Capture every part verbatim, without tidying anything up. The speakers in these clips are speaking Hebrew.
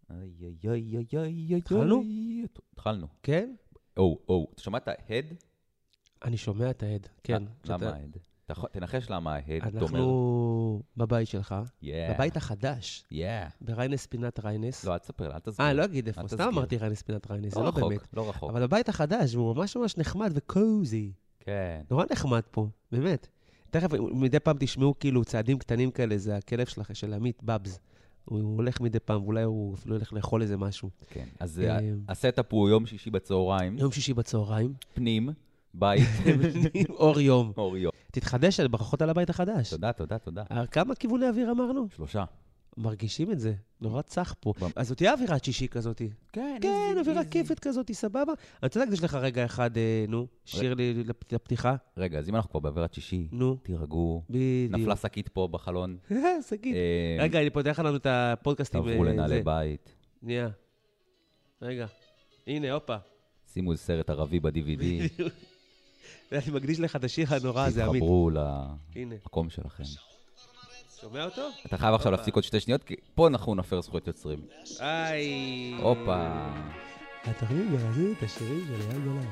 התחלנו? התחלנו. כן? או, או, אתה שמעת ההד? אני שומע את ההד, כן. למה ההד? תנחש למה ההד, תומר. אנחנו בבית שלך, Yeah. בבית החדש, Yeah. בריינס פינת ריינס. לא, אל תספר, אל תסביר. אה, לא אגיד איפה, סתם אמרתי ריינס פינת ריינס, זה לא רחוק, באמת. לא רחוק. אבל בבית החדש, הוא ממש ממש נחמד וקוזי. כן. נורא נחמד פה, באמת. תכף, מדי פעם תשמעו כאילו צעדים קטנים כאלה, זה הכלב שלך, של עמית, בבס. הוא הולך מדי פעם, ואולי הוא אפילו הולך לאכול איזה משהו. כן, אז הסטאפ הוא יום שישי בצהריים. יום שישי בצהריים. פנים, בית. אור יום. אור יום. תתחדש, ברכות על הבית החדש. תודה, תודה, תודה. כמה כיווני אוויר אמרנו? שלושה. מרגישים את זה, נורא צח פה. אז זאת תהיה אווירת שישי כזאת. כן, כן, אווירה כיפת כזאת, סבבה. אני רוצה להקדיש לך רגע אחד, נו, שיר לי לפתיחה. רגע, אז אם אנחנו כבר באווירת שישי, נו. תירגעו. בדיוק. נפלה שקית פה בחלון. שקית. רגע, אני פותח לנו את הפודקאסטים. תעברו לנעלי בית. נהיה. רגע. הנה, הופה. שימו סרט ערבי ב-די וי די. אני מקדיש לך את השיר הנורא הזה, עמית. תתחברו למקום שלכם. שומע אותו? אתה חייב עכשיו להפסיק עוד שתי שניות, כי פה אנחנו נפר זכויות יוצרים. איי. הופה. אתה חייב להזין את השירים של אייל גולן.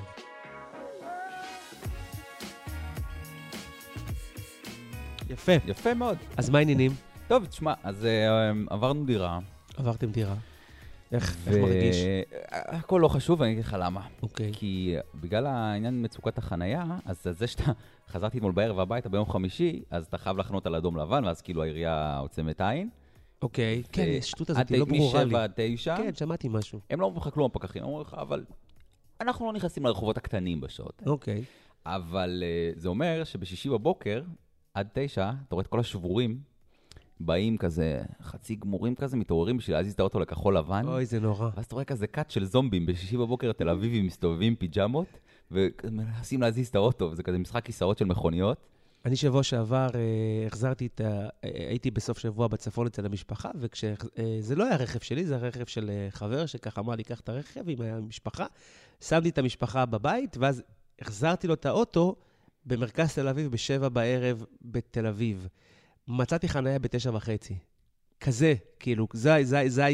יפה. יפה מאוד. אז מה העניינים? טוב, תשמע, אז עברנו דירה. עברתם דירה. איך מרגיש? הכל לא חשוב, אני אגיד לך למה. אוקיי. כי בגלל העניין מצוקת החנייה, אז זה שאתה חזרתי אתמול בערב הביתה ביום חמישי, אז אתה חייב לחנות על אדום לבן, ואז כאילו העירייה עוצמת עין. אוקיי. כן, השטות הזאת היא לא ברורה לי. משבע עד תשע. כן, שמעתי משהו. הם לא אומרים לך כלום הפקחים, הם אומרים לך, אבל אנחנו לא נכנסים לרחובות הקטנים בשעות. אוקיי. אבל זה אומר שבשישי בבוקר, עד תשע, אתה רואה את כל השבורים, באים כזה, חצי גמורים כזה, מתעוררים בשביל להזיז את האוטו לכחול לבן. אוי, זה נורא. ואז אתה רואה כזה קאט של זומבים, בשישי בבוקר תל אביבים מסתובבים פיג'מות, ומנסים להזיז את האוטו, וזה כזה משחק כיסאות של מכוניות. אני שבוע שעבר החזרתי את ה... הייתי בסוף שבוע בצפון אצל המשפחה, וזה לא היה רכב שלי, זה הרכב של חבר, שככה אמר לי, קח את הרכב עם המשפחה, שמתי את המשפחה בבית, ואז החזרתי לו את האוטו במרכז תל אביב, בשבע בערב בתל אביב. מצאתי חניה בתשע וחצי. כזה, כאילו, זה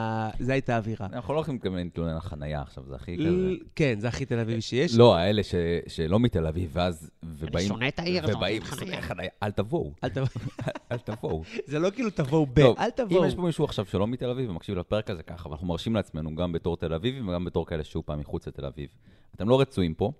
הייתה האווירה. אנחנו לא הולכים להתלונן על חניה עכשיו, זה הכי כזה. כן, זה הכי תל אביבי שיש. לא, האלה שלא מתל אביב, ואז, ובאים... אני שונא את העיר, ובאים, חניה. אל תבואו. אל תבואו. זה לא כאילו תבואו ב, אל תבואו. אם יש פה מישהו עכשיו שלא מתל אביב, ומקשיב לפרק הזה ככה, ואנחנו מרשים לעצמנו גם בתור תל אביב, וגם בתור כאלה שהוא פעם מחוץ לתל אביב. אתם לא רצויים פה.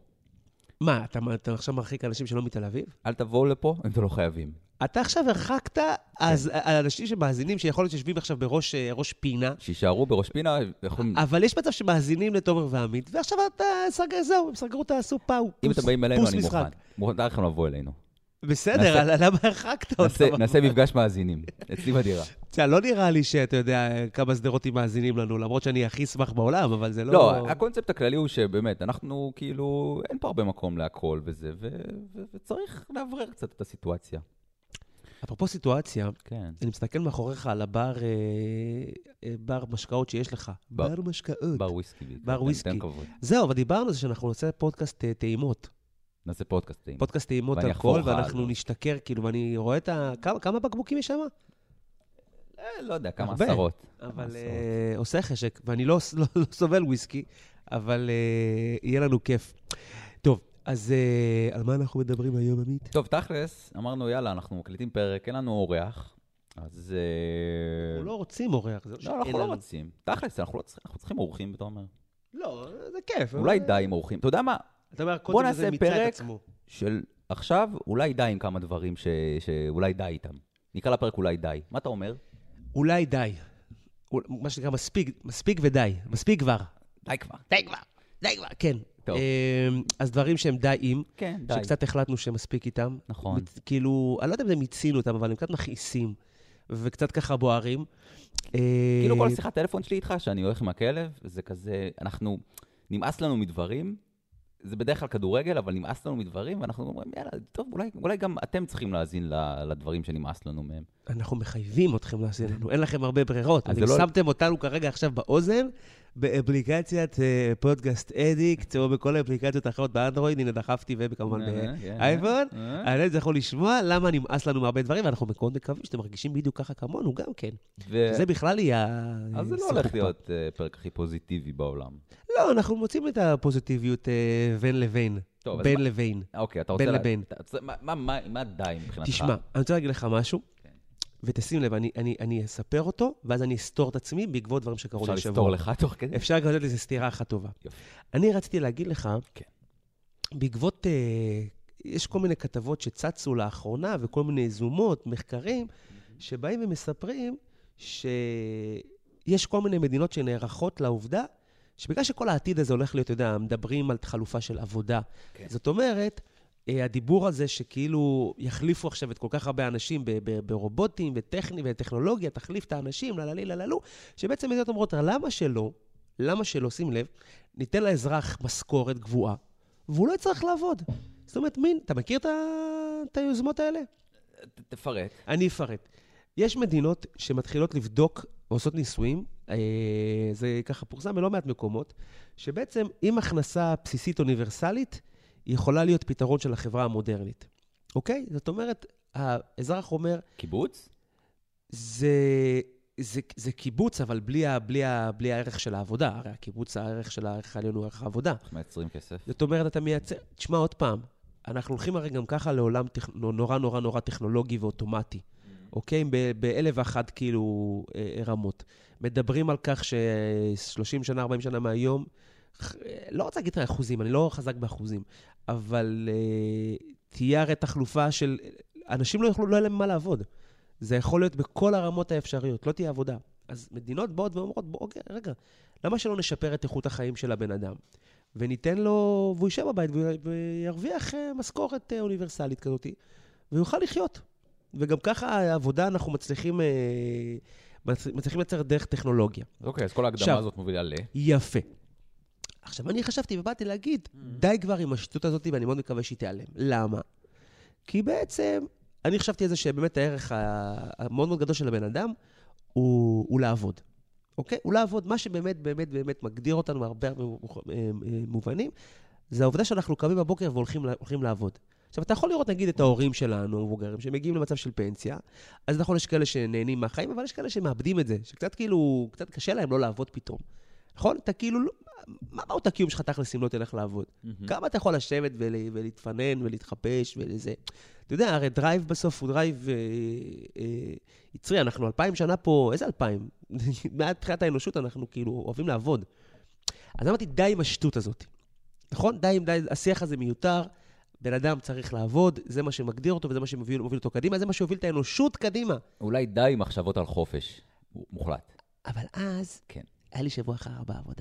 מה, אתה עכשיו מרחיק אנשים שלא מתל אביב? אל תבואו לפה, אם אתם לא חייבים. אתה עכשיו הרחקת, אז האנשים שמאזינים, שיכול להיות שיושבים עכשיו בראש פינה. שישארו בראש פינה. אבל יש מצב שמאזינים לתומר ועמית, ועכשיו אתה סגר, זהו, הם סגרו את הסו פאו. אם אתם באים אלינו, אני מוכן. מוכן לכם לבוא אלינו. בסדר, למה הרחקת אותם? נעשה מפגש מאזינים, אצלי בדירה. לא נראה לי שאתה יודע כמה סדרות מאזינים לנו, למרות שאני הכי שמח בעולם, אבל זה לא... לא, הקונספט הכללי הוא שבאמת, אנחנו כאילו, אין פה הרבה מקום להכל וזה, וצריך להברר קצת את הסיטואציה. אפרופו סיטואציה, כן. אני מסתכל מאחוריך על הבר בר משקאות שיש לך. בר משקאות. בר וויסקי. בר וויסקי. זהו, אבל דיברנו על זה שאנחנו נעשה פודקאסט טעימות. נעשה פודקאסט טעימות. פודקאסט טעימות אלכוהול, ואנחנו נשתכר, כאילו, ואני רואה את ה... כמה בקבוקים יש שם? לא יודע, כמה עשרות. אבל עושה חשק, ואני לא סובל וויסקי, אבל יהיה לנו כיף. טוב. אז על מה אנחנו מדברים היום, עמית? טוב, תכלס, אמרנו, יאללה, אנחנו מקליטים פרק, אין לנו אורח, אז... אנחנו לא רוצים אורח. לא, אנחנו לא רוצים. תכלס, אנחנו צריכים אורחים, אתה אומר. לא, זה כיף. אולי די עם אורחים. אתה יודע מה? בוא נעשה פרק של עכשיו, אולי די עם כמה דברים שאולי די איתם. נקרא לפרק אולי די. מה אתה אומר? אולי די. מה שנקרא מספיק, מספיק ודי. מספיק כבר. די כבר. די כבר. די כבר, כן. אז דברים שהם דיים, כן, די. שקצת החלטנו שמספיק איתם. נכון. כאילו, אני לא יודע אם הם הצינו אותם, אבל הם קצת מכעיסים, וקצת ככה בוערים. כאילו כל שיחת טלפון שלי איתך, שאני הולך עם הכלב, זה כזה, אנחנו, נמאס לנו מדברים, זה בדרך כלל כדורגל, אבל נמאס לנו מדברים, ואנחנו אומרים, יאללה, טוב, אולי, אולי גם אתם צריכים להאזין לדברים שנמאס לנו מהם. אנחנו מחייבים אתכם להאזין לנו, אין לכם הרבה ברירות. אתם שמתם אותנו כרגע עכשיו באוזן, באפליקציית פודקאסט אדיקט, או בכל האפליקציות האחרות באנדרואיד, הנה דחפתי וכמובן באייפון, אז זה יכול לשמוע למה נמאס לנו מהרבה דברים, ואנחנו מאוד מקווים שאתם מרגישים בדיוק ככה כמונו, גם כן. זה בכלל יהיה... אז זה לא הולך להיות פרק הכי פוזיטיבי בעולם. לא, אנחנו מוצאים את הפוזיטיביות בין לבין. בין לבין. אוקיי, אתה רוצה... בין לבין. מה די מבחינתך? תשמע, אני רוצה להגיד לך משהו, ותשים לב, אני, אני, אני אספר אותו, ואז אני אסתור את עצמי בעקבות דברים שקרו לי שבוע. אפשר לסתור לך תוך כדי? אפשר גם לתת לזה סתירה אחת טובה. יופי. אני רציתי להגיד לך, כן. בעקבות, אה, יש כל מיני כתבות שצצו לאחרונה, וכל מיני זומות, מחקרים, שבאים ומספרים שיש כל מיני מדינות שנערכות לעובדה, שבגלל שכל העתיד הזה הולך להיות, אתה יודע, מדברים על חלופה של עבודה. כן. זאת אומרת, הדיבור הזה שכאילו יחליפו עכשיו את כל כך הרבה אנשים ברובוטים וטכני וטכנולוגיה, תחליף את האנשים, לללי, לללו, שבעצם מדינות אומרות, למה שלא, למה שלא, שים לב, ניתן לאזרח משכורת גבוהה, והוא לא יצטרך לעבוד. זאת אומרת, מין, אתה מכיר את היוזמות האלה? תפרט. אני אפרט. יש מדינות שמתחילות לבדוק, עושות ניסויים, זה ככה פורסם בלא מעט מקומות, שבעצם עם הכנסה בסיסית אוניברסלית, היא יכולה להיות פתרון של החברה המודרנית. אוקיי? זאת אומרת, האזרח אומר... קיבוץ? זה, זה, זה קיבוץ, אבל בלי, בלי, בלי הערך של העבודה. הרי הקיבוץ, הערך של הערך העליון הוא ערך העבודה. איך מייצרים כסף? זאת אומרת, אתה מייצר... תשמע עוד פעם, אנחנו הולכים הרי גם ככה לעולם טכ... נורא נורא נורא טכנולוגי ואוטומטי. אוקיי? באלף ואחת כאילו רמות. מדברים על כך ש-שלושים שנה, ארבעים שנה מהיום, לא רוצה להגיד את האחוזים, אני לא חזק באחוזים, אבל uh, תהיה הרי תחלופה של... אנשים לא יוכלו, לא יהיה להם מה לעבוד. זה יכול להיות בכל הרמות האפשריות, לא תהיה עבודה. אז מדינות באות ואומרות, בוא, אוקיי, רגע, למה שלא נשפר את איכות החיים של הבן אדם? וניתן לו, והוא יישב בבית, וירוויח משכורת אוניברסלית כזאת, ויוכל לחיות. וגם ככה העבודה אנחנו מצליחים, מצליחים לצר דרך טכנולוגיה. אוקיי, אז כל ההקדמה הזאת מובילה ל... יפה. עכשיו, אני חשבתי ובאתי להגיד, די כבר עם השטות הזאת, ואני מאוד מקווה שהיא תיעלם. למה? כי בעצם, אני חשבתי על זה שבאמת הערך המאוד מאוד גדול של הבן אדם, הוא, הוא לעבוד. אוקיי? הוא לעבוד. מה שבאמת, באמת, באמת מגדיר אותנו מהרבה מובנים, זה העובדה שאנחנו קמים בבוקר והולכים לעבוד. עכשיו, אתה יכול לראות, נגיד, את ההורים שלנו, המבוגרים, שמגיעים למצב של פנסיה, אז נכון, יש כאלה שנהנים מהחיים, אבל יש כאלה שמאבדים את זה, שקצת כאילו, קצת קשה להם לא לעבוד פתאום. נכון? אתה כאילו, מה מהות הקיום שלך תכלס אם לא תלך לעבוד? כמה אתה יכול לשבת ולהתפנן ולהתחפש ולזה? אתה יודע, הרי דרייב בסוף הוא דרייב יצרי, אנחנו אלפיים שנה פה, איזה אלפיים? מעט תחילת האנושות אנחנו כאילו אוהבים לעבוד. אז אמרתי, די עם השטות הזאת. נכון? די עם די, השיח הזה מיותר, בן אדם צריך לעבוד, זה מה שמגדיר אותו וזה מה שמוביל אותו קדימה, זה מה שהוביל את האנושות קדימה. אולי די עם מחשבות על חופש, מוחלט. אבל אז... כן. היה לי שבוע אחר בעבודה.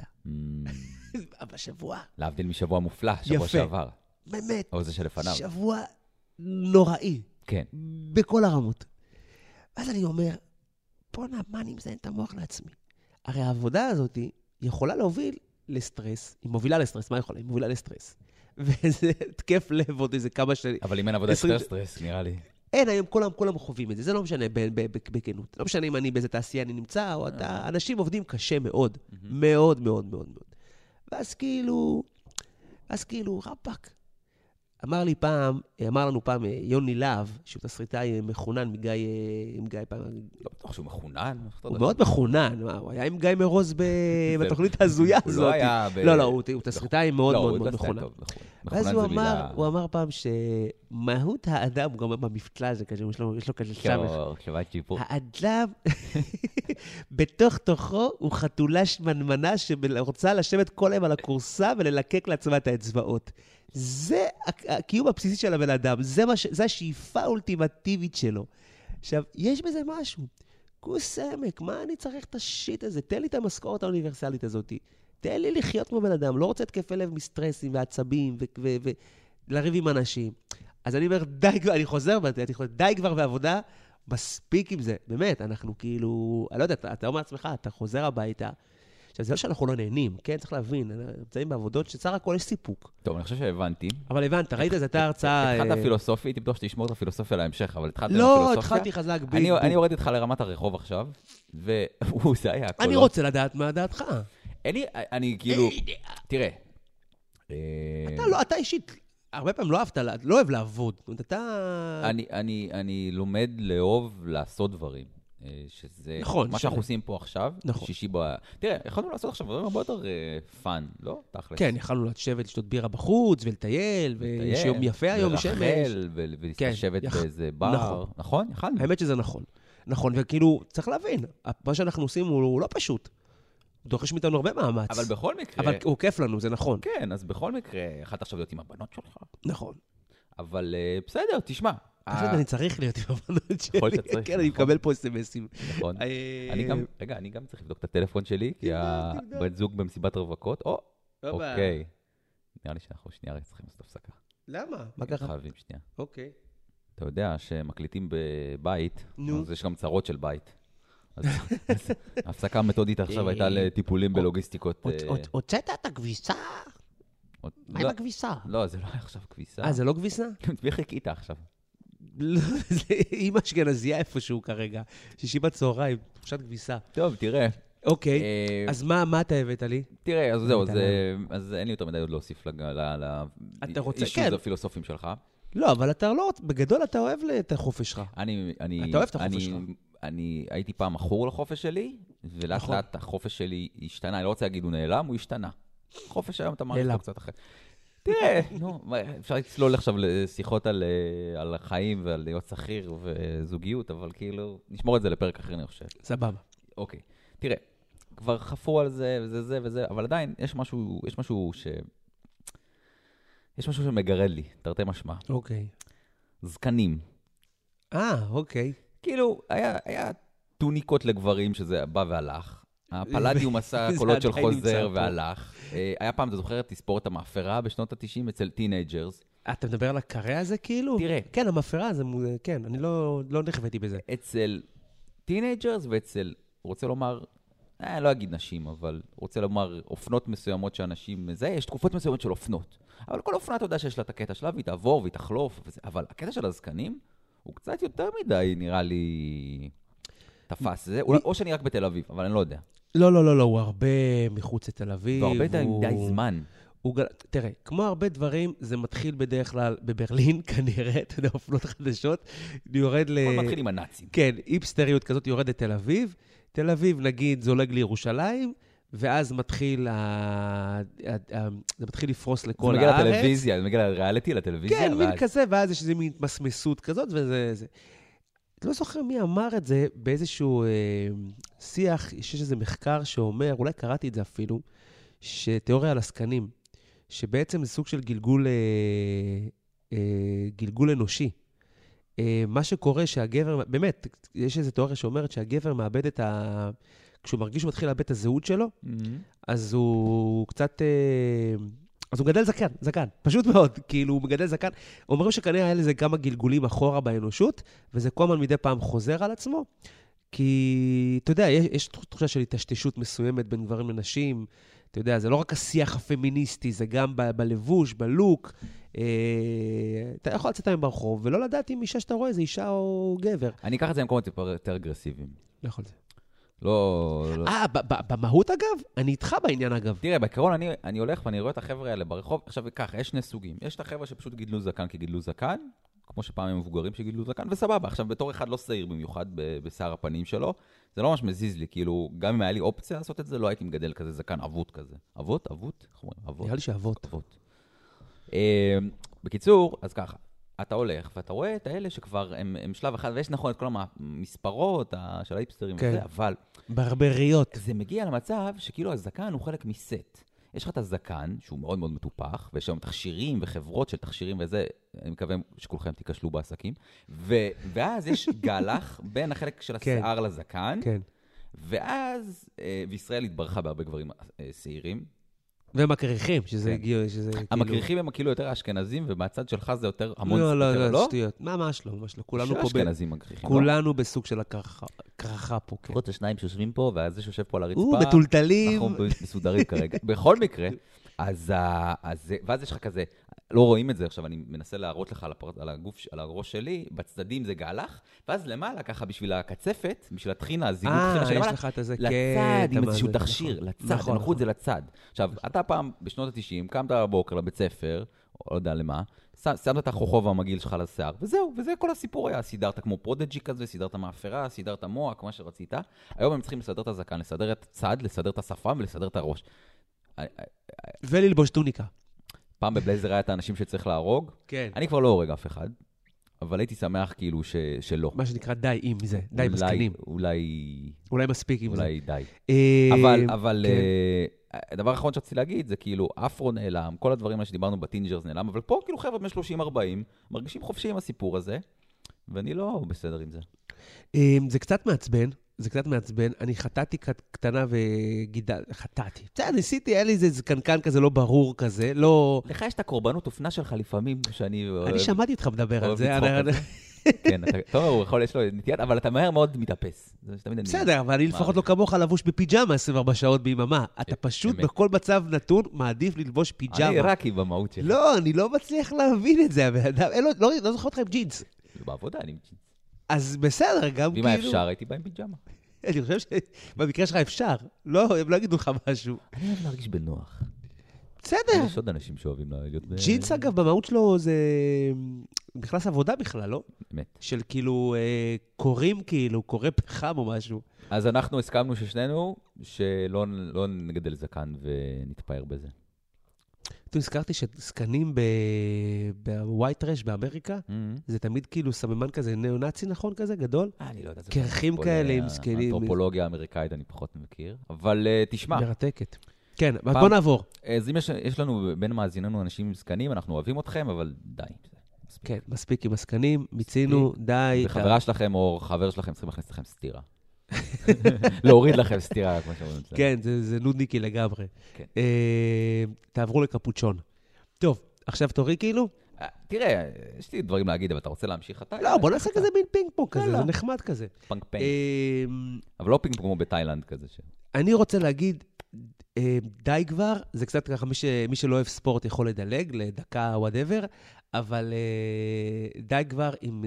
בשבוע. להבדיל משבוע מופלא, שבוע שעבר. באמת. או זה שלפניו. שבוע נוראי. כן. בכל הרמות. ואז אני אומר, בוא נה, מה אני מזיין את המוח לעצמי? הרי העבודה הזאת יכולה להוביל לסטרס. היא מובילה לסטרס, מה יכולה? היא מובילה לסטרס. וזה תקף לב עוד איזה כמה שנים. אבל אם אין עבודה יותר סטרס, נראה לי. אין, היום כולם, כולם חווים את זה, זה לא משנה בכנות. לא משנה אם אני באיזה תעשייה אני נמצא, או אתה, אנשים עובדים קשה מאוד, מאוד מאוד מאוד מאוד. ואז כאילו, אז כאילו, רפק. אמר לי פעם, אמר לנו פעם יוני להב, שהוא תסריטאי מחונן מגיא, עם גיא פעם... לא בטוח שהוא מחונן. הוא מאוד מחונן, הוא היה עם גיא מרוז בתוכנית הזויה הזאת. הוא לא היה... לא, לא, הוא תסריטאי מאוד מאוד מאוד מחונן. ואז הוא אמר, הוא אמר פעם שמהות האדם, הוא גם אומר במפתלה הזה, יש לו כזה סמך. האדם, בתוך תוכו, הוא חתולה שמנמנה שרוצה לשבת כל היום על הקורסה וללקק לעצמה את האצבעות. זה הקיום הבסיסי של הבן אדם, זה, ש... זה השאיפה האולטימטיבית שלו. עכשיו, יש בזה משהו. כוס עמק, מה אני צריך את השיט הזה? תן לי את המשכורת האוניברסלית הזאת. תן לי לחיות כמו בן אדם, לא רוצה התקפי לב מסטרסים ועצבים ולריב עם אנשים. אז אני אומר, די כבר, אני חוזר, אני חוזר, די כבר בעבודה, מספיק עם זה. באמת, אנחנו כאילו, אני לא יודע, אתה, אתה אומר לעצמך, אתה חוזר הביתה, עכשיו, זה לא שאנחנו לא נהנים, כן? צריך להבין, נמצאים בעבודות שצריך הכל יש סיפוק. טוב, אני חושב שהבנתי. אבל הבנת, ראית, זו הייתה הרצאה... התחלת הפילוסופית, תמתוח שתשמור את הפילוסופיה להמשך, אבל התחלת עם הפילוסופיה. לא, התחלתי חזק בדיוק. אני יורד איתך לרמת הרחוב עכשיו, והוא, זה היה הכל. אני רוצה לדעת מה דעתך. אין לי, אני כאילו, תראה. אתה לא, אתה אישית, הרבה פעמים לא אהבת, לא אוהב לעבוד. זאת אומרת, אתה... אני, אני, אני לומד לאהוב לעשות דברים. שזה נכון, מה שאנחנו עושים פה עכשיו. נכון. שישי ב... תראה, יכולנו לעשות עכשיו דברים הרבה יותר פאן, לא? תכלס. כן, יכולנו לשבת, לשתות בירה בחוץ, ולטייל, ויש יום יפה היום, שמש. ולרחל, ולשבת באיזה בר. נכון? יכולנו. האמת שזה נכון. נכון, וכאילו, צריך להבין, מה שאנחנו עושים הוא לא פשוט. הוא דורש מאיתנו הרבה מאמץ. אבל בכל מקרה... אבל הוא כיף לנו, זה נכון. כן, אז בכל מקרה, יכלת עכשיו להיות עם הבנות שלך. נכון. אבל בסדר, תשמע. פשוט אני צריך להיות עם הבנות שלי. יכול שאתה צריך. כן, אני מקבל פה אס-אם-אסים. נכון. אני גם, רגע, אני גם צריך לבדוק את הטלפון שלי, כי הבת זוג במסיבת רווקות, או, אוקיי. נראה לי שאנחנו שנייה צריכים לעשות הפסקה. למה? מה ככה? חייבים שנייה. אוקיי. אתה יודע שמקליטים בבית, אז יש גם צרות של בית. אז ההפסקה המתודית עכשיו הייתה לטיפולים בלוגיסטיקות. הוצאת את הכביסה? מה עם הכביסה? לא, זה לא היה עכשיו כביסה. אה, זה לא כביסה? מי חיכית עכשיו? זה אימא אשכנזייה איפשהו כרגע. שישי בצהריים, תחושת כביסה. טוב, תראה. אוקיי, אז מה אתה הבאת לי? תראה, אז זהו, אז אין לי יותר מדי עוד להוסיף לאישוז הפילוסופים שלך. לא, אבל אתה לא, בגדול אתה אוהב את החופש שלך. אני, אני, אתה אוהב את החופש שלך. אני הייתי פעם מכור לחופש שלי, ולאט לאט החופש שלי השתנה, אני לא רוצה להגיד הוא נעלם, הוא השתנה. חופש היום אתה מרגיש לו קצת אחר. תראה, נו, אפשר לצלול עכשיו לשיחות על, על החיים ועל להיות שכיר וזוגיות, אבל כאילו, נשמור את זה לפרק אחר, אני חושב. סבבה. אוקיי. תראה, כבר חפרו על זה וזה זה וזה, אבל עדיין יש משהו, יש משהו ש... יש משהו שמגרד לי, תרתי משמע. אוקיי. זקנים. אה, אוקיי. כאילו, היה, היה טוניקות לגברים שזה בא והלך. הפלדיום עשה קולות של חוזר והלך. היה פעם, אתה זוכר, תספור את המאפרה בשנות ה-תשעים אצל טינג'רס. אתה מדבר על הקרא הזה כאילו? תראה. כן, המאפרה זה, כן, אני לא, לא נחוויתי בזה. אצל טינג'רס ואצל, רוצה לומר, אני לא אגיד נשים, אבל רוצה לומר אופנות מסוימות שאנשים, זה, יש תקופות מסוימות של אופנות. אבל כל אופנה אתה יודע שיש לה את הקטע שלה, והיא תעבור והיא תחלוף, וזה, אבל הקטע של הזקנים הוא קצת יותר מדי, נראה לי, תפס. זה, או, או שאני רק בתל אביב, אבל אני לא יודע. לא, לא, לא, לא, הוא הרבה מחוץ לתל אביב. והרבה די, הוא... די זמן. הוא... תראה, כמו הרבה דברים, זה מתחיל בדרך כלל בברלין, כנראה, אתה יודע, אופנות חדשות, יורד ל... הכל מתחיל עם הנאצים. כן, היפסטריות כזאת יורד לתל אביב, תל אביב, נגיד, זולג לירושלים, ואז מתחיל, ה... זה מתחיל לפרוס לכל הארץ. זה מגיע לטלוויזיה, זה מגיע לריאליטי, לטלוויזיה. כן, מין כזה, ואז יש איזו מין התמסמסות כזאת, וזה... זה... לא זוכר מי אמר את זה באיזשהו אה, שיח, יש איזה מחקר שאומר, אולי קראתי את זה אפילו, שתיאוריה על הסקנים, שבעצם זה סוג של גלגול, אה, אה, גלגול אנושי. אה, מה שקורה שהגבר, באמת, יש איזו תיאוריה שאומרת שהגבר מאבד את ה... כשהוא מרגיש שהוא מתחיל לאבד את הזהות שלו, mm-hmm. אז הוא קצת... אה, אז הוא מגדל זקן, זקן, פשוט מאוד, כאילו הוא מגדל זקן. אומרים שכנראה היה לזה כמה גלגולים אחורה באנושות, וזה כל הזמן מדי פעם חוזר על עצמו, כי, אתה יודע, יש, יש תחושה של התשתשות מסוימת בין גברים לנשים, אתה יודע, זה לא רק השיח הפמיניסטי, זה גם ב- בלבוש, בלוק, אה, אתה יכול לצאת היום ברחוב, ולא לדעת אם אישה שאתה רואה זה אישה או גבר. אני אקח את זה למקומות יותר אגרסיביים. לא יכול זה. לא... אה, במהות אגב? אני איתך בעניין אגב. תראה, בעיקרון אני, אני הולך ואני רואה את החבר'ה האלה ברחוב. עכשיו ככה, יש שני סוגים. יש את החבר'ה שפשוט גידלו זקן כי גידלו זקן, כמו שפעם הם מבוגרים שגידלו זקן, וסבבה. עכשיו, בתור אחד לא שעיר במיוחד בשיער הפנים שלו, זה לא ממש מזיז לי, כאילו, גם אם היה לי אופציה לעשות את זה, לא הייתי מגדל כזה זקן אבות כזה. אבות? אבות? איך אומרים? אבות. נראה לי שאבות. אבות. בקיצור, אז ככה. אתה הולך, ואתה רואה את האלה שכבר הם, הם שלב אחד, ויש נכון את כל המספרות של ההיפסטרים כן. וזה, אבל... ברבריות. זה מגיע למצב שכאילו הזקן הוא חלק מסט. יש לך את הזקן, שהוא מאוד מאוד מטופח, ויש שם תכשירים וחברות של תכשירים וזה, אני מקווה שכולכם תיכשלו בעסקים, ו, ואז יש גלח בין החלק של השיער כן. לזקן, כן. ואז, וישראל התברכה בהרבה גברים שעירים, ומקריחים, שזה הגיעו, שזה כאילו... המקריחים הם כאילו יותר אשכנזים, ומהצד שלך זה יותר המון... לא, לא, לא, שטויות. ממש לא, ממש לא. כולנו פה... אשכנזים מקריחים, כולנו בסוג של הקרחה פה, כן. לפחות השניים שיושבים פה, ואז זה שיושב פה על הרצפה... הוא, מטולטלים. אנחנו מסודרים כרגע. בכל מקרה, אז... ואז יש לך כזה... לא רואים את זה עכשיו, אני מנסה להראות לך על, הפרט, על הגוף, על הראש שלי, בצדדים זה גלח, ואז למעלה, ככה בשביל הקצפת, בשביל הטחינה, הזיגוק טחינה שלמעלה, אה, יש לך את זה, לצד, עם איזשהו תכשיר, לצד, נכון, הם הלכו את זה לצד. עכשיו, אתה פעם, בשנות ה-תשעים, קמת בבוקר לבית ספר, או לא יודע למה, שמת את החוכוב המגעיל שלך לשיער, וזהו, וזה כל הסיפור היה. סידרת כמו פרודג'י כזה, סידרת מאפרה, סידרת מוח, מה שרצית. היום הם צריכים לסדר את הזקן, לסדר את הצד, לסדר את השפם ולסדר את הראש. וללבוש טוניקה. פעם בבלייזר היה את האנשים שצריך להרוג. כן. אני כבר לא הורג אף אחד, אבל הייתי שמח כאילו ש... שלא. מה שנקרא די עם זה, די מסכנים. אולי... אולי מספיק עם זה. אולי די. אבל, אבל... הדבר האחרון שרציתי להגיד זה כאילו אפרו נעלם, כל הדברים שדיברנו בטינג'רס נעלם, אבל פה כאילו חבר'ה מ-שלושים ארבעים מרגישים חופשי עם הסיפור הזה, ואני לא בסדר עם זה. זה קצת מעצבן, זה קצת מעצבן. אני חטאתי קטנה וגידל, חטאתי. בסדר, ניסיתי, היה לי איזה קנקן כזה לא ברור כזה, לא... לך יש את הקורבנות אופנה שלך לפעמים, שאני... אני שמעתי אותך מדבר על זה. כן, טוב, הוא יכול, יש לו נטיית, אבל אתה מהר מאוד מתאפס. בסדר, אבל אני לפחות לא כמוך לבוש בפיג'מה עשרים וארבע שעות ביממה. אתה פשוט בכל מצב נתון מעדיף ללבוש פיג'מה. אני רקי במהות שלי. לא, אני לא מצליח להבין את זה. לא זוכר אותך עם ג'ינס. בעבודה אני עם ג'ינס. אז בסדר, גם כאילו... ואם אפשר, הייתי בא עם פיג'מה. אני חושב שבמקרה שלך אפשר. לא, הם לא יגידו לך משהו. אני אוהב להרגיש בנוח. בסדר. יש עוד אנשים שאוהבים להיות... ג'ינס, אגב, במהות שלו זה נכנס עבודה בכלל, לא? אמת. של כאילו קוראים כאילו, קורא פחם או משהו. אז אנחנו הסכמנו ששנינו שלא נגדל זקן ונתפאר בזה. אתה הזכרתי שזקנים בווייט טרש באמריקה, זה תמיד כאילו סממן כזה ניאו-נאצי נכון כזה, גדול? אני לא יודעת. קרחים כאלה עם זקנים. אנתרופולוגיה האמריקאית אני פחות מכיר, אבל תשמע. מרתקת. כן, אז בוא נעבור. אז אם יש לנו בין מאזיננו אנשים זקנים, אנחנו אוהבים אתכם, אבל די. כן, מספיק עם הזקנים, מיצינו, די. וחברה שלכם או חבר שלכם צריכים להכניס לכם סתירה. להוריד לכם סתירה, כמו שאומרים. כן, זה נודניקי לגמרי. תעברו לקפוצ'ון. טוב, עכשיו תורי כאילו? תראה, יש לי דברים להגיד, אבל אתה רוצה להמשיך אתה? לא, בוא נעשה כזה מין פינג פונג כזה, זה נחמד כזה. פינג פינג. אבל לא פינג פונג כמו בתאילנד כזה. אני רוצה להגיד, די כבר, זה קצת ככה, מי שלא אוהב ספורט יכול לדלג, לדקה whatever, אבל די כבר עם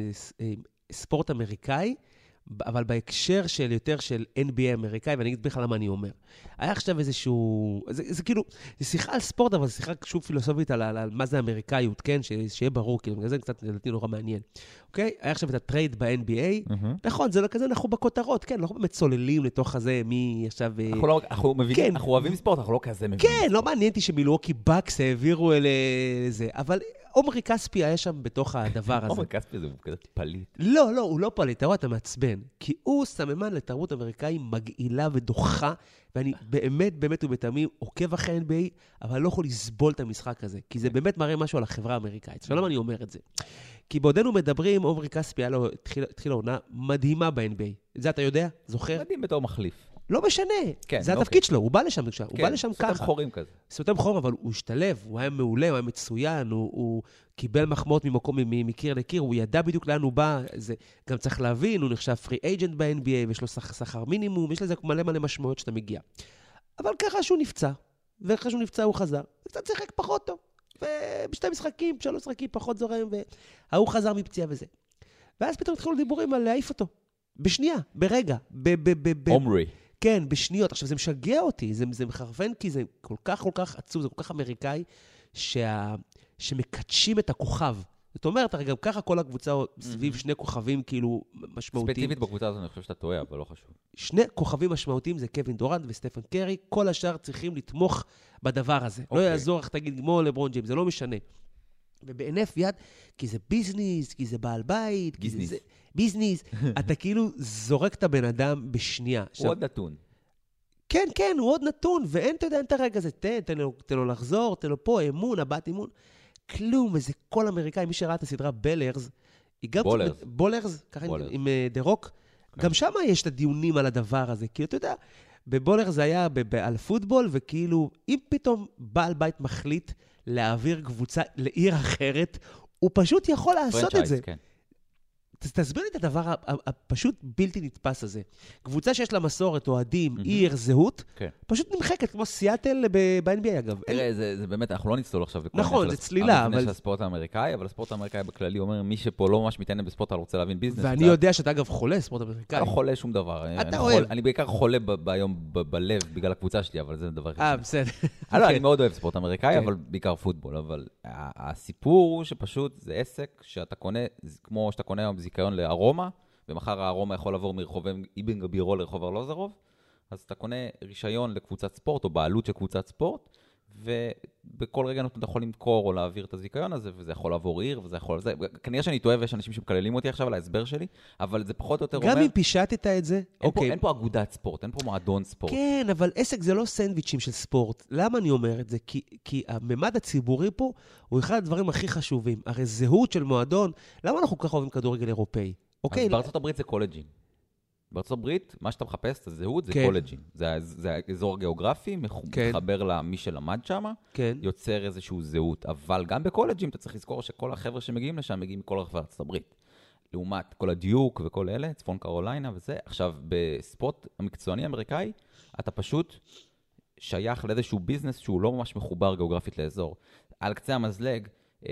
ספורט אמריקאי, אבל בהקשר של יותר של אן בי איי אמריקאי, ואני אגיד בכלל למה אני אומר. היה עכשיו איזשהו, זה, זה כאילו, זה שיחה על ספורט, אבל זה שיחה שוב פילוסופית על, על, על מה זה אמריקאיות, כן? ש, שיהיה ברור, כאילו, זה קצת לדעתי נורא מעניין. אוקיי? היה עכשיו את הטרייד ב-אן בי איי, mm-hmm. נכון, זה לא כזה, אנחנו בכותרות, כן? אנחנו באמת צוללים לתוך הזה, מי עכשיו... אנחנו לא, אנחנו מבינים, כן. אנחנו אוהבים ספורט, אנחנו לא כזה מבינים. כן, לא מעניין אותי שמילווקי בקס העבירו אל זה, אבל... עומרי כספי היה שם בתוך הדבר הזה. עומרי כספי זה כזה פליט. לא, לא, הוא לא פליט, אתה רואה, אתה מעצבן. כי הוא סממן לתרבות אמריקאי מגעילה ודוחה, ואני באמת, באמת ובתמים עוקב אחרי אן בי איי, אבל לא יכול לסבול את המשחק הזה, כי זה באמת מראה משהו על החברה האמריקאית. שלום אני אומר את זה. כי בעודנו מדברים, עומרי כספי היה לו, התחילה עונה מדהימה ב-אן בי איי. זה אתה יודע? זוכר? מדהים בתור מחליף. לא משנה, כן, זה התפקיד שלו, הוא בא לשם, הוא כן, בא לשם ככה. סותם חורים כזה. סותם חורים, אבל הוא השתלב, הוא היה מעולה, הוא היה מצוין, הוא, הוא קיבל מחמאות ממקום, מקיר לקיר, הוא ידע בדיוק לאן הוא בא, זה גם צריך להבין, הוא נחשב פרי אייג'נט ב-אן בי איי, ויש לו שכר מינימום, יש לזה מלא מלא משמעויות שאתה מגיע. אבל ככה שהוא נפצע, וככה שהוא נפצע הוא חזר, וקצת שיחק פחות טוב, ובשתי משחקים, שלוש משחקים פחות זורם, והוא חזר מפציעה וזה. ואז פתאום התחילו דיבורים על להעיף אותו, בשנייה, ברגע, עומרי. כן, בשניות. עכשיו, זה משגע אותי, זה, זה מחרפן, כי זה כל כך, כל כך עצוב, זה כל כך אמריקאי, שה, שמקדשים את הכוכב. זאת אומרת, הרי גם ככה כל הקבוצה סביב שני כוכבים כאילו משמעותיים. ספציפית בקבוצה הזאת אני חושב שאתה טועה, אבל לא חשוב. שני כוכבים משמעותיים זה קווין דורנט וסטפן קרי, כל השאר צריכים לתמוך בדבר הזה. לא יעזור איך תגיד כמו לברון ג'יימס, זה לא משנה. ובעינף יד, כי זה ביזניס, כי זה בעל בית, כי זה ביזניס, אתה כאילו זורק את הבן אדם בשנייה. הוא עוד נתון. כן, כן, הוא עוד נתון, ואין, אתה יודע, אין את הרגע הזה, תן, תן לו, תן לו לחזור, תן לו פה, אמון, הבאת אמון. כלום, איזה כל אמריקאי, מי שראה את הסדרה בלרס, בולרס. בולרס, ככה עם דה רוק, גם שם יש את הדיונים על הדבר הזה, כאילו, אתה יודע, בבולרס זה היה על פוטבול, וכאילו, אם פתאום בעל בית מחליט להעביר קבוצה לעיר אחרת, הוא פשוט יכול לעשות את זה. תסביר לי את הדבר הפשוט בלתי נתפס הזה. קבוצה שיש לה מסורת, אוהדים, עיר, זהות, פשוט נמחקת, כמו סיאטל ב-אן בי איי, אגב. תראה, זה באמת, אנחנו לא נצלול עכשיו לכל נכון, זה צלילה, אבל... של הספורט האמריקאי, אבל הספורט האמריקאי בכללי אומר, מי שפה לא ממש מתעניין בספורט, רוצה להבין ביזנס. ואני יודע שאתה אגב חולה ספורט אמריקאי. לא חולה שום דבר. אתה אוהב. אני בעיקר חולה ביום בלב בגלל הקבוצה שלי, אבל זה דבר אה, בסדר. אני מאוד אוהב ספורט אמריקאי, אבל בעיקר פוטבול. אבל הסיפור הוא שפשוט זה עסק שאתה קונה, כמו שאתה קונה זיכיון לארומה, ומחר הארומה יכול לעבור מרחוב אבן גבירול לרחוב ארלוזורוב, אז אתה קונה רישיון לקבוצת ספורט, או בעלות של קבוצת ספורט, ובכל רגע אתה יכול למכור או להעביר את הזיכיון הזה, וזה יכול לעבור עיר, וזה יכול... זה... כנראה שאני טועה, ויש אנשים שמקללים אותי עכשיו על ההסבר שלי, אבל זה פחות או יותר אומר... גם אם פישטת את זה... אין, אוקיי. פה, אין פה אגודת ספורט, אין פה מועדון ספורט. כן, אבל עסק זה לא סנדוויצ'ים של ספורט. למה אני אומר את זה? כי, כי הממד הציבורי פה הוא אחד הדברים הכי חשובים. הרי זהות של מועדון, למה אנחנו כל כך אוהבים כדורגל אירופאי? אוקיי? אז בארצות הברית זה קולג'ים. בארצות הברית, מה שאתה מחפש, את הזהות, זה קולג'ים. זה אזור גיאוגרפי, מחבר למי שלמד שם, יוצר איזשהו זהות. אבל גם בקולג'ים אתה צריך לזכור שכל החבר'ה שמגיעים לשם מגיעים מכל רחבי ארצות הברית. לעומת כל הדיוק וכל אלה, צפון קרוליינה וזה. עכשיו, בספורט המקצועני האמריקאי, אתה פשוט שייך לאיזשהו ביזנס שהוא לא ממש מחובר גיאוגרפית לאזור. על קצה המזלג,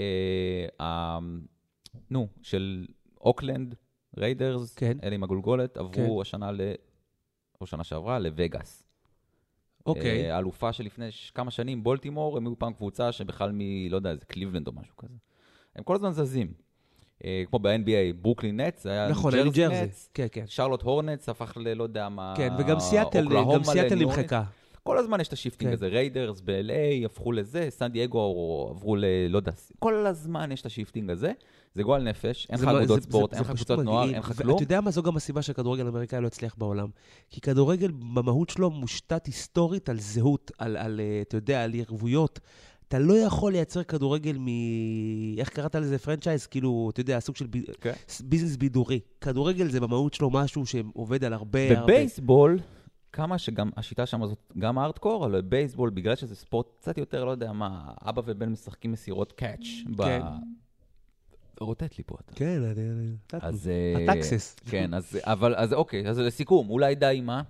נו, של אוקלנד, ריידרס, כן. אלה עם הגולגולת, עברו כן. השנה, ל... או שנה שעברה, לווגאס. אוקיי. האלופה שלפני כמה שנים, בולטימור, הם היו פעם קבוצה שבכלל מ... לא יודע, זה קליבלנד או משהו כזה. הם כל הזמן זזים. כמו ב-אן בי איי, ברוקלין נטס, זה היה נכון, ג'רזי ג'רזי. נטס, כן, כן. שרלוט הורנטס הפך ללא יודע מה... כן, וגם סיאטל, גם סיאטל נמחקה. כל הזמן יש את השיפטינג הזה, ריידרס ב-אל איי הפכו לזה, סן דייגו עברו ל... לא יודע, כל הזמן יש את השיפטינג הזה, זה גועל נפש, אין לך אגודות ספורט, אין לך קבוצות נוער, אין לך כלום. אתה יודע מה, זו גם הסיבה שהכדורגל האמריקאי לא הצליח בעולם. כי כדורגל במהות שלו מושתת היסטורית על זהות, על, אתה יודע, על ערבויות. אתה לא יכול לייצר כדורגל מ... איך קראת לזה פרנצ'ייז? כאילו, אתה יודע, סוג של ביזנס בידורי. כדורגל זה במהות שלו משהו שעובד על הרבה... בבייסבול... כמה שגם השיטה שם הזאת גם הארדקור, אבל בייסבול, בגלל שזה ספורט קצת יותר, לא יודע מה, אבא ובן משחקים מסירות קאץ' ב... רוטט לי פה אתה. כן, אני... אז... הטקסס. כן, אבל, אז אוקיי, אז לסיכום, אולי די מה?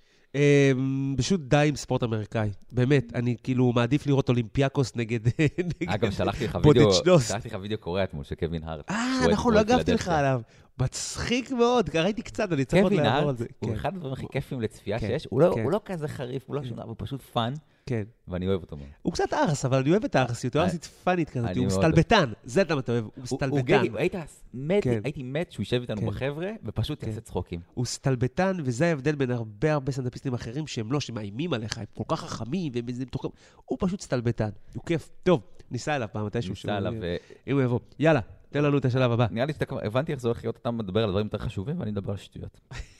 פשוט די עם ספורט אמריקאי. באמת, אני כאילו מעדיף לראות אולימפיאקוס נגד... אגב, שלחתי לך וידאו, שלחתי לך וידאו קורא אתמול של קווין הארט. אה, נכון, לא הגבתי לך עליו. מצחיק מאוד, ראיתי קצת, אני צריך עוד לעבור על זה. הוא אחד הדברים הכי כיפים לצפייה שיש, הוא לא כזה חריף, הוא לא שונה, הוא פשוט פאן, ואני אוהב אותו מאוד. הוא קצת ארס, אבל אני אוהב את הארסיות, הוא ארסית פאנית כזאת, הוא סטלבטן, זה אתה אוהב, הוא סטלבטן. הייתי מת שהוא יושב איתנו בחבר'ה, ופשוט יעשה צחוקים. הוא סטלבטן, וזה ההבדל בין הרבה הרבה סטנדאפיסטים אחרים, שהם לא, שמאיימים עליך, הם כל כך חכמים, הוא פשוט סטלבטן, הוא כיף. טוב, ניסה אליו פעם, מתישהו, אם הוא יבוא. יאללה, תן לנו את השלב הבא. נראה לי שהבנתי איך זה הולך להיות, אתה מדבר על דברים יותר חשובים, ואני מדבר על שטויות.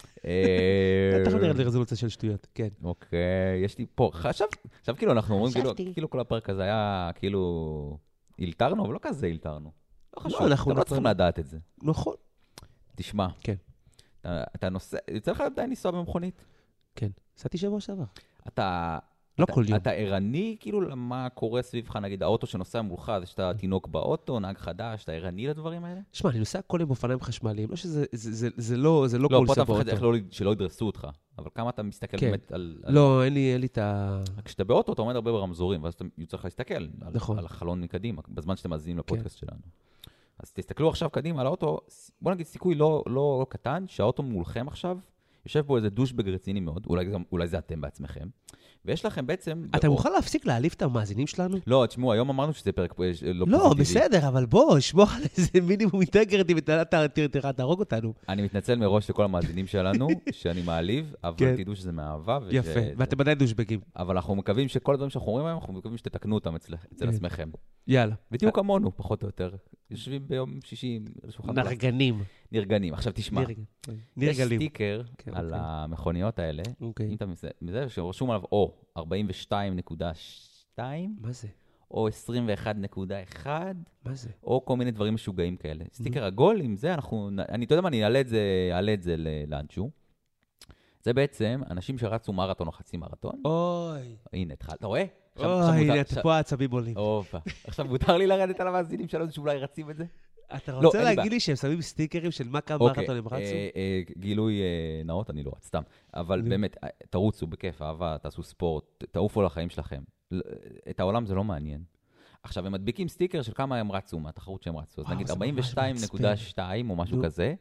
תכף נרד לרזולוציה של שטויות, כן. אוקיי, יש לי פה, עכשיו, עכשיו כאילו אנחנו אומרים, כאילו כל הפרק הזה היה כאילו, הילתרנו, אבל לא כזה הילתרנו. לא חשוב, אתם לא צריכים לדעת את זה. נכון. תשמע, כן. אתה נוסע, יוצא לך עדיין לנסוע במכונית? כן, נסעתי שבוע שעבר. אתה... לא כל יום. אתה ערני, כאילו, למה קורה סביבך, נגיד, האוטו שנוסע מולך, זה שאתה תינוק באוטו, נהג חדש, אתה ערני לדברים האלה? תשמע, אני נוסע כל יום באופניים חשמליים, לא שזה, זה, זה לא, זה לא כל סבבה. לא, פה אתה מפחד שלא ידרסו אותך, אבל כמה אתה מסתכל באמת על... לא, אין לי, אין לי את ה... כשאתה באוטו, אתה עומד הרבה ברמזורים, ואז אתה צריך להסתכל על החלון מקדימה, בזמן שאתם מאזינים לפודקאסט שלנו. אז תסתכלו עכשיו קדימה על האוטו, בוא נגיד סיכוי לא, לא, לא קטן, שהאוטו מולכם עכשיו, יושב בו איזה דושבג רציני מאוד, אולי, אולי זה אתם בעצמכם, ויש לכם בעצם... אתה מוכן להפסיק להעליף את המאזינים שלנו? לא, תשמעו, היום אמרנו שזה פרק לא פוזיטיבי. לא, בסדר, אבל בוא, שמור על איזה מינימום אינטגריטי, ותראה אותנו. אני מתנצל מראש לכל המאזינים שלנו, שאני מעליב, אבל תדעו שזה מאהבה. יפה, ואתם עדיין דושבגים. אבל אנחנו מקווים שכל הדברים שאנחנו אומרים היום, אנחנו מקווים שתתקנו אותם אצל עצמכם. יאללה. ותהיו כמונו, פחות או יותר. יושבים ביום שישי, נרגנים. נרגנים. עכשיו תשמע, יש סטיקר על המכוניות האלה, אם אתה מזה, שרשום עליו או ארבעים ושתיים נקודה שתיים, מה זה? או עשרים ואחת נקודה אחת, מה זה? או כל מיני דברים משוגעים כאלה. סטיקר עגול, עם זה אנחנו, אני אתה יודע מה, אני אעלה את זה, אעלה את זה לאנשהו. זה בעצם אנשים שרצו מרתון או חצי מרתון. אוי. הנה, אתה רואה? אוי, הנה, פה העצבים עולים. אופה. עכשיו מותר לי לרדת על המאזינים שלנו שאולי רצים את זה? אתה רוצה להגיד לי שהם שמים סטיקרים של מה כמה מרתון הם רצו? גילוי נאות, אני לא רץ, סתם. אבל באמת, תרוצו בכיף, אהבה, תעשו ספורט, תעופו על החיים שלכם. את העולם זה לא מעניין. עכשיו, הם מדביקים סטיקר של כמה הם רצו, מהתחרות שהם רצו. אז נגיד ארבעים ושתיים נקודה שתיים או משהו כזה.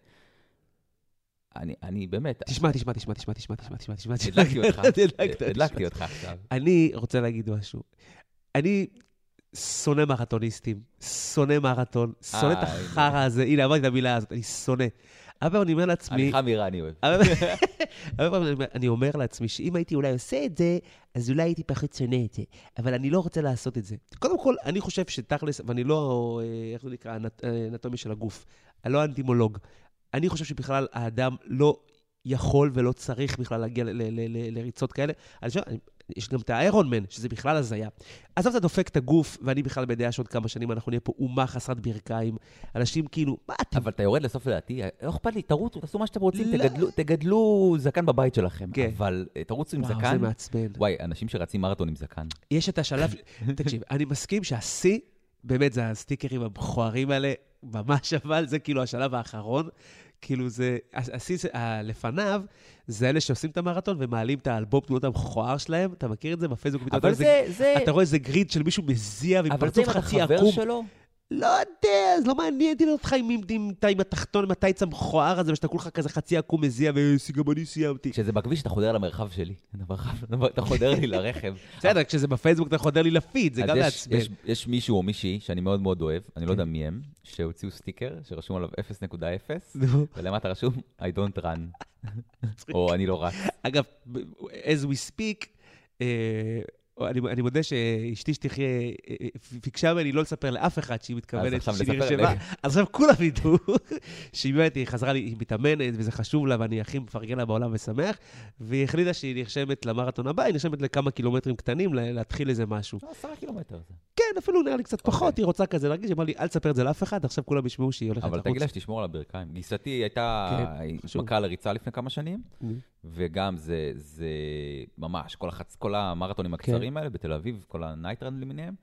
אני, אני באמת... תשמע, תשמע, תשמע, תשמע, תשמע, תשמע, תשמע, תשמע. הדלקתי אותך, הדלקתי אותך עכשיו. אני רוצה להגיד משהו. אני שונא מרתוניסטים, שונא מרתון, שונא את החרא הזה. הנה, אמרתי את המילה הזאת, אני שונא. אבל אני אומר לעצמי... אני חמירה, אני אוהב. אבל אני אומר לעצמי שאם הייתי אולי עושה את זה, אז אולי הייתי פחות שונא את זה. אבל אני לא רוצה לעשות את זה. קודם כל, אני חושב שתכלס, ואני לא, איך זה נקרא, אנטומי של הגוף, אני לא אנטימולוג. אני חושב שבכלל האדם לא יכול ולא צריך בכלל להגיע לריצות כאלה. אני חושב, יש גם את האיירון מן, שזה בכלל הזיה. אז אתה דופק את הגוף, ואני בכלל בדעה שעוד כמה שנים אנחנו נהיה פה אומה חסרת ברכיים. אנשים כאילו, מה אתם? אבל אתה יורד לסוף לדעתי, לא אכפת לי, תרוצו, תעשו מה שאתם רוצים, תגדלו זקן בבית שלכם. אבל תרוצו עם זקן. וואו, זה מעצבן. וואי, אנשים שרצים מרתון עם זקן. יש את השלב, תקשיב, אני מסכים שהשיא, באמת זה הסטיקרים המכוערים האלה, ממש אבל זה כאילו השלב האחרון. כאילו זה, השיא לפניו, זה אלה שעושים את המרתון ומעלים את האלבום תמונות המכוער שלהם, אתה מכיר את זה בפייסבוק? אבל זה, זה... אתה רואה איזה גריד של מישהו מזיע ועם פרצוף חצי עקום. אבל זה אם אתה חבר שלו? לא יודע, אז לא מעניין אותך עם התחתון, עם הטייץ המכוער הזה, ושאתה כולך כזה חצי עקום מזיע, וגם אני סיימתי. כשזה בכביש, אתה חודר למרחב שלי. אתה חודר לי לרכב. בסדר, כשזה בפייסבוק, אתה חודר לי לפיד, זה גם לעצבן. יש מישהו או מישהי שאני מאוד מאוד אוהב, אני לא יודע מי הם, שהוציאו סטיקר שרשום עליו אפס נקודה אפס, ולמטה רשום, I don't run. או אני לא רץ. אגב, as we speak, אני, אני מודה שאשתי שתחיה, פיקשה ממני לא לספר לאף אחד שהיא מתכוונת שהיא נרשמה. אז עכשיו כולם ידעו שהיא באמת, היא חזרה לי, היא מתאמנת, וזה חשוב לה, ואני הכי מפרגן לה בעולם ושמח, והיא החליטה שהיא נרשמת למרתון הבא, היא נרשמת לכמה קילומטרים קטנים, להתחיל איזה משהו. עשרה קילומטר זה. כן, אפילו נראה לי קצת פחות, היא רוצה כזה להרגיש, היא אמרה לי, אל תספר את זה לאף אחד, עכשיו כולם ישמעו שהיא הולכת לחוץ. אבל תגיד לה שתשמור על הברכיים. גיסתי הייתה בקעה לריצה לפני כמה שנים, וגם זה, זה ממש, כל, החצ... כל המרתונים הקצרים האלה בתל אביב, כל הנייטרן למיניהם,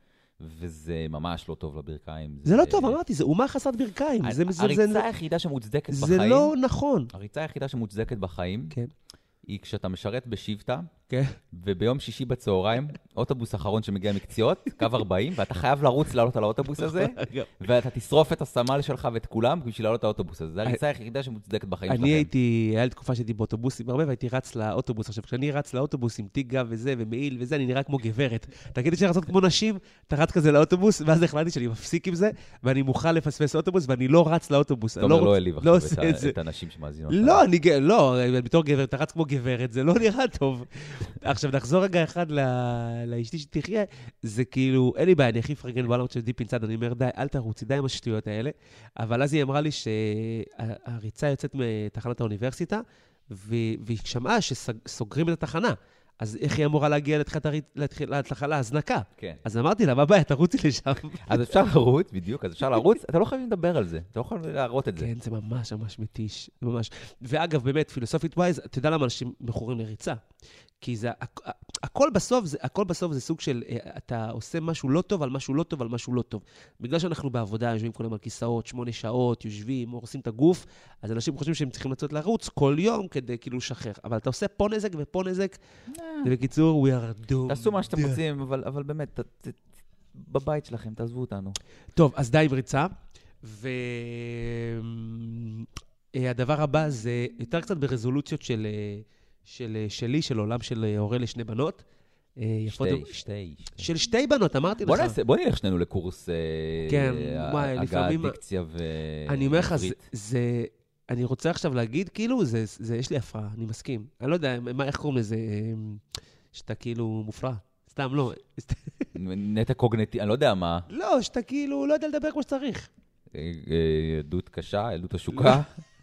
וזה ממש לא טוב לברכיים. זה, זה לא טוב, אמרתי, זה אומה חסרת ברכיים. ה... זה, הריצה זה... היחידה שמוצדקת זה בחיים. זה לא נכון. הריצה היחידה שמוצדקת בחיים, כן. היא כשאתה משרת בשבטה, כן. וביום שישי בצהריים, אוטובוס אחרון שמגיע מקציעות, קו ארבעים, ואתה חייב לרוץ לעלות על האוטובוס הזה, ואתה תשרוף את הסמל שלך ואת כולם בשביל לעלות האוטובוס הזה. זה הריצה היחידה שמוצדקת בחיים שלכם. אני הייתי, היה לי תקופה שהייתי באוטובוסים הרבה, והייתי רץ לאוטובוס. עכשיו, כשאני רץ לאוטובוס עם תיק גב וזה, ומעיל וזה, אני נראה כמו גברת. תגיד לי שאני רצות כמו נשים, אתה רץ כזה לאוטובוס, ואז החלטתי שאני מפסיק עם זה, ואני מוכן לפספס אוטובוס, ואני לא רץ לאוטובוס. תומר לא העליב עכשיו את האנשים שמאזינות. לא, אני, לא, בתור גבר, אתה רץ כמו גברת, זה לא נראה טוב. עכשיו, נחזור רגע אחד לאשתי שתחיה, זה כאילו, אין לי בעיה, אני הכי פרגן בעולם של דיפ אינסייד, אני אומר, די, אל תרוצי, די עם השטויות האלה, אבל אז היא אמרה לי שהריצה יוצאת מתחנת האוניברסיטה, והיא שמעה שסוגרים את התחנה, אז איך היא אמורה להגיע לתחנה להזנקה? כן. אז אמרתי לה, מה בעיה, תרוצי לשם. אז אפשר לרוץ, בדיוק, אז אפשר לרוץ, אתה לא חייבים לדבר על זה, אתה לא יכול להראות את זה. כן, זה ממש ממש מתיש, ממש. ואגב, באמת, פילוסופית ווייז, אתה יודע למה אנשים מכורים לריצה? כי זה, הכל בסוף, זה, הכל בסוף זה סוג של, אתה עושה משהו לא טוב על משהו לא טוב על משהו לא טוב. בגלל שאנחנו בעבודה, יושבים כולם על כיסאות, שמונה שעות, יושבים, הורסים את הגוף, אז אנשים חושבים שהם צריכים לצאת לרוץ כל יום כדי כאילו לשחרר. אבל אתה עושה פה נזק ופה נזק, ובקיצור, we are doomed. תעשו מה שאתם רוצים, אבל, אבל באמת, בבית שלכם, תעזבו אותנו. טוב, אז די עם ריצה, והדבר הבא זה יותר קצת ברזולוציות של... של שלי, של עולם של הורה לשני בנות. שתי, שתי. של שתי בנות, אמרתי לך. בוא נלך שנינו לקורס הגה, דיקציה ועברית. אני אומר לך, זה... אני רוצה עכשיו להגיד, כאילו, יש לי הפרעה, אני מסכים. אני לא יודע, איך קוראים לזה? שאתה כאילו מופרע. סתם, לא. נטע קוגניטי, אני לא יודע מה. לא, שאתה כאילו לא יודע לדבר כמו שצריך. עדות קשה, עדות השוקה.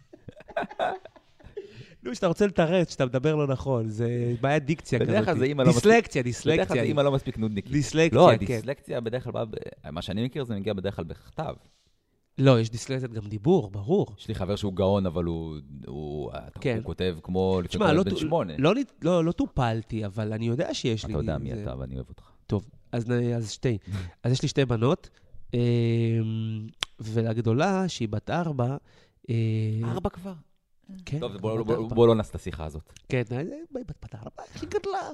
נו, שאתה רוצה לתרץ, שאתה מדבר לא נכון, זה בעיה דיקציה כזאת. בדרך כלל זה אימא לא מספיק... דיסלקציה, דיסלקציה. בדרך כלל זה אימא לא מספיק נודניקית. דיסלקציה, לא, כן. דיסלקציה בדרך כלל בא... מה שאני מכיר זה מגיע בדרך כלל בכתב. לא, יש דיסלקציית גם דיבור, ברור. יש לי חבר שהוא גאון, אבל הוא... הוא כותב כמו... תשמע, לא טופלתי, אבל אני יודע שיש לי... אתה יודע מי אתה, ואני אוהב אותך. טוב, אז שתי. אז יש לי שתי בנות. ולגדולה, שהיא בת ארבע... ארבע כבר? כן. טוב, בואו לא נעשה את השיחה הזאת. כן, בת ארבע, איך היא גדלה?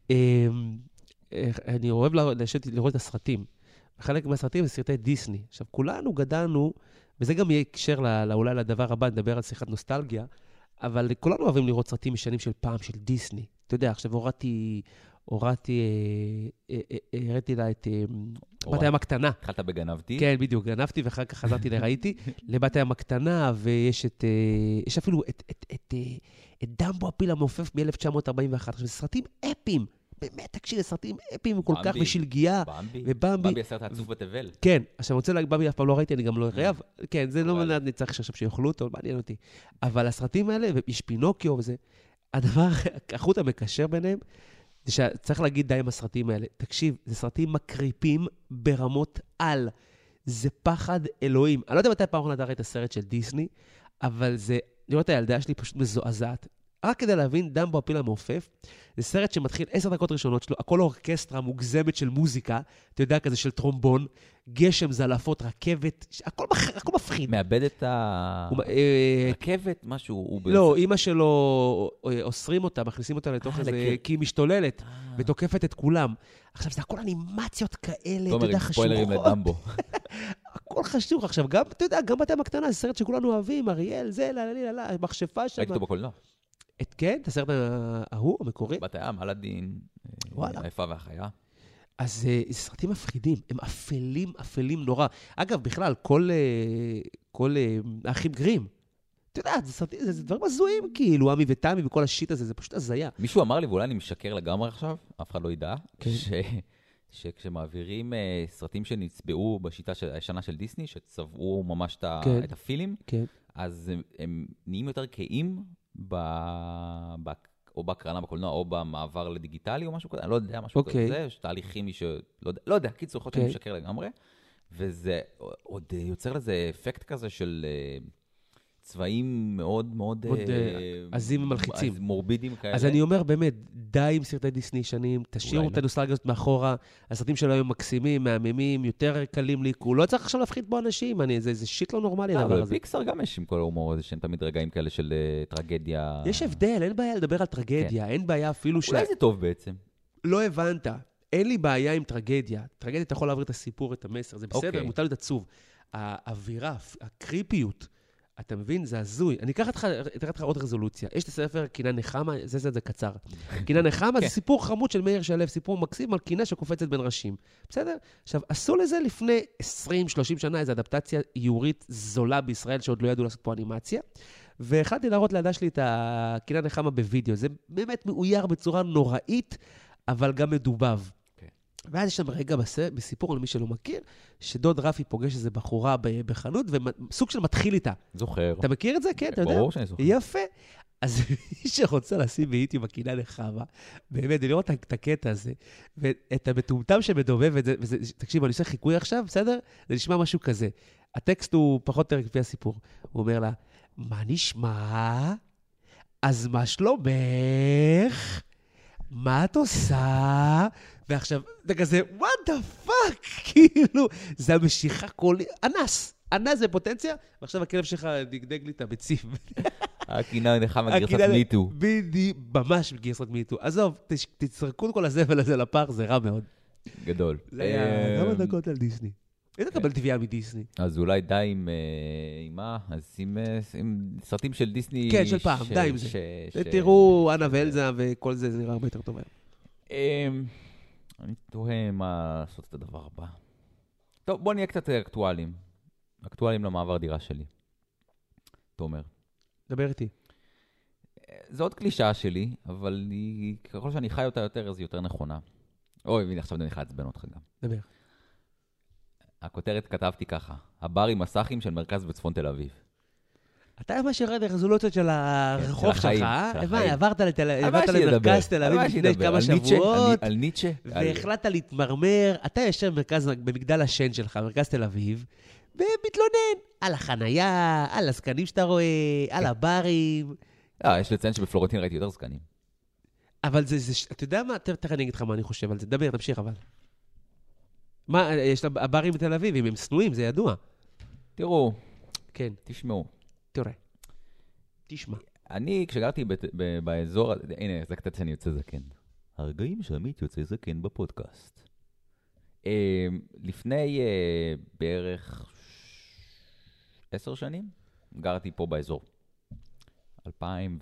אני אוהב לראות את הסרטים. חלק מהסרטים זה סרטי דיסני. עכשיו, כולנו גדלנו, וזה גם יהיה הקשר אולי לדבר הבא, נדבר על שיחת נוסטלגיה, אבל כולנו אוהבים לראות סרטים משנים של פעם, של דיסני. אתה יודע, עכשיו הורדתי, הורדתי, הראיתי לה את בת הים הקטנה. התחלת בגנבתי? כן, בדיוק, גנבתי, ואחר כך חזרתי לראיתי, לבת הים הקטנה, ויש את, יש אפילו את, את, את, את דמבו הפיל המעופף מ-אלף תשע מאות ארבעים ואחת. עכשיו, זה סרטים אפיים. באמת, תקשיב, סרטים אפיים כל כך, ושלגיה, ובמבי. במבי הסרט העצוב בתבל. כן, עכשיו, אני רוצה להגיד, במבי אף פעם לא ראיתי, אני גם לא אראה, כן, זה לא מנעד, אני צריך עכשיו שיאכלו אותו, מעניין אותי. אבל הסרטים האלה, ויש פינוקיו וזה, הדבר, החוט המקשר ביניהם, זה שצריך להגיד די עם הסרטים האלה. תקשיב, זה סרטים מקריפים ברמות על. זה פחד אלוהים. אני לא יודע מתי פעם אחרונה אתה ראית הסרט של דיסני, אבל זה, לראות הילדה שלי פשוט מזועזעת. רק כדי להבין, דמבו הפיל המעופף, זה סרט שמתחיל עשר דקות ראשונות שלו, הכל אורקסטרה מוגזמת של מוזיקה, אתה יודע, כזה של טרומבון, גשם, זלפות, רכבת, הכל, הכל מפחיד. מאבד את הרכבת, משהו. לא, אמא שלו, אוסרים אותה, מכניסים אותה לתוך איזה, כי היא משתוללת, ותוקפת את כולם. עכשיו, זה הכל אנימציות כאלה, אתה יודע, חשוב. ספוילרים לדמבו. הכל חשוב. עכשיו, גם, אתה יודע, גם בת הים הקטנה, זה סרט שכולנו אוהבים, אריאל, זה, לה, לה, לה, מחשפה שם. ראיתי אותו בקולנוע. את כן, את הסרט ההוא, המקורי. בת הים, אלאדין, היפה והחיה. אז זה סרטים מפחידים, הם אפלים, אפלים נורא. אגב, בכלל, כל, כל האחים גרים, אתה יודע, זה סרטים, זה דברים מזוהים, כאילו, עמי ותמי וכל השיט הזה, זה פשוט הזיה. מישהו אמר לי, ואולי אני משקר לגמרי עכשיו, אף אחד לא ידע, שכשמעבירים סרטים שנצבעו בשיטה הישנה של דיסני, שצבעו ממש את הפילים, אז הם נהיים יותר קיים, או בהקרנה בקולנוע, או במעבר לדיגיטלי, או משהו כזה, אני לא יודע, משהו כזה, יש תהליכים מי ש... לא יודע, קיצור, יכול להיות שאני משקר לגמרי, וזה עוד יוצר לזה אפקט כזה של צבעים מאוד מאוד... עזים ומלחיצים. מורבידים כאלה. אז אני אומר באמת, די עם סרטי דיסני ישנים, תשאירו את הנוסטלגיה הזאת מאחורה, הסרטים שלו היו מקסימים, מהממים, יותר קלים לי, הוא לא צריך עכשיו להפחית בו אנשים, זה שיט לא נורמלי הדבר הזה. פיקסאר גם יש עם כל ההומור הזה, שהם תמיד רגעים כאלה של טרגדיה. יש הבדל, אין בעיה לדבר על טרגדיה, אין בעיה אפילו ש... אולי זה טוב בעצם. לא הבנת, אין לי בעיה עם טרגדיה. טרגדיה אתה יכול להעביר את הסיפור, את המסר, זה בסדר, מותר להיות עצוב. האווירה, הקריפיות, אתה מבין? זה הזוי. אני אקח לך עוד רזולוציה. יש את הספר קינה נחמה, זה זה זה קצר. קינה נחמה זה סיפור חמוד של מאיר שלו, סיפור מקסים על קינה שקופצת בין ראשים. בסדר? עכשיו, עשו לזה לפני עשרים שלושים שנה איזו אדפטציה איורית זולה בישראל, שעוד לא ידעו לעשות פה אנימציה, והחלטתי להראות לידה שלי את הקינה נחמה בווידאו. זה באמת מאויר בצורה נוראית, אבל גם מדובב. ואז יש שם רגע בסיפור, למי שלא מכיר, שדוד רפי פוגש איזו בחורה בחנות, וסוג של מתחיל איתה. זוכר. אתה מכיר את זה? כן, אתה יודע? ברור שאני זוכר. יפה. אז מי שרוצה לשים ביוטיוב הקינה נחמה, באמת, לראות את הקטע הזה, ואת המטומטם שמדובב את זה, תקשיב, אני עושה חיקוי עכשיו, בסדר? זה נשמע משהו כזה. הטקסט הוא פחות יותר כפי הסיפור. הוא אומר לה, מה נשמע? אז מה שלומך? מה את עושה? ועכשיו, זה כזה, what the fuck? כאילו, זה המשיכה כל... אנס. אנס זה פוטנציה, ועכשיו הכלב שלך דגדג לי את הביצים. הקינה נחמה גרסת מיטו. בדיוק, ממש גרסת מיטו. עזוב, תצרקו את כל הזבל הזה לפח, זה רע מאוד. גדול. זה היה כמה דקות על דיסני. איזה קבל טבעיה מדיסני? אז אולי די עם מה? אז עם סרטים של דיסני... כן, של פעם, די עם זה. תראו, אנה ואלזה וכל זה, זה נראה הרבה יותר טוב. אני תוהה מה לעשות את הדבר הבא. טוב, בוא נהיה קצת אקטואליים. אקטואליים למעבר דירה שלי. תומר. דבר איתי. זו עוד קלישה שלי, אבל ככל שאני חי אותה יותר, אז היא יותר נכונה. אוי, הנה, עכשיו אני חי לעצבן אותך גם. דבר. הכותרת כתבתי ככה, הבר עם מסכים של מרכז בצפון תל אביב. אתה ממש ירד לרזולוציות של הרחוב שלך, אה? עברת למרכז תל אביב לפני כמה שבועות, על ניטשה, והחלטת להתמרמר, אתה יושב במגדל השן שלך, מרכז תל אביב, ומתלונן על החנייה, על הזקנים שאתה רואה, על הברים. אה, יש לציין שבפלורנטין ראיתי יותר זקנים. אבל זה, אתה יודע מה? תכף אני אגיד לך מה אני חושב על זה. דבר, תמשיך אבל. מה, יש הברים בתל אביב, אם הם סנויים, זה ידוע. תראו, כן, תשמעו. תראה. תשמע. אני, כשגרתי ב- ב- באזור, הנה, זה קצת שאני יוצא זקן. הרגעים שעמית יוצא זקן בפודקאסט. אה, לפני אה, בערך עשר שנים, גרתי פה באזור. אלפיים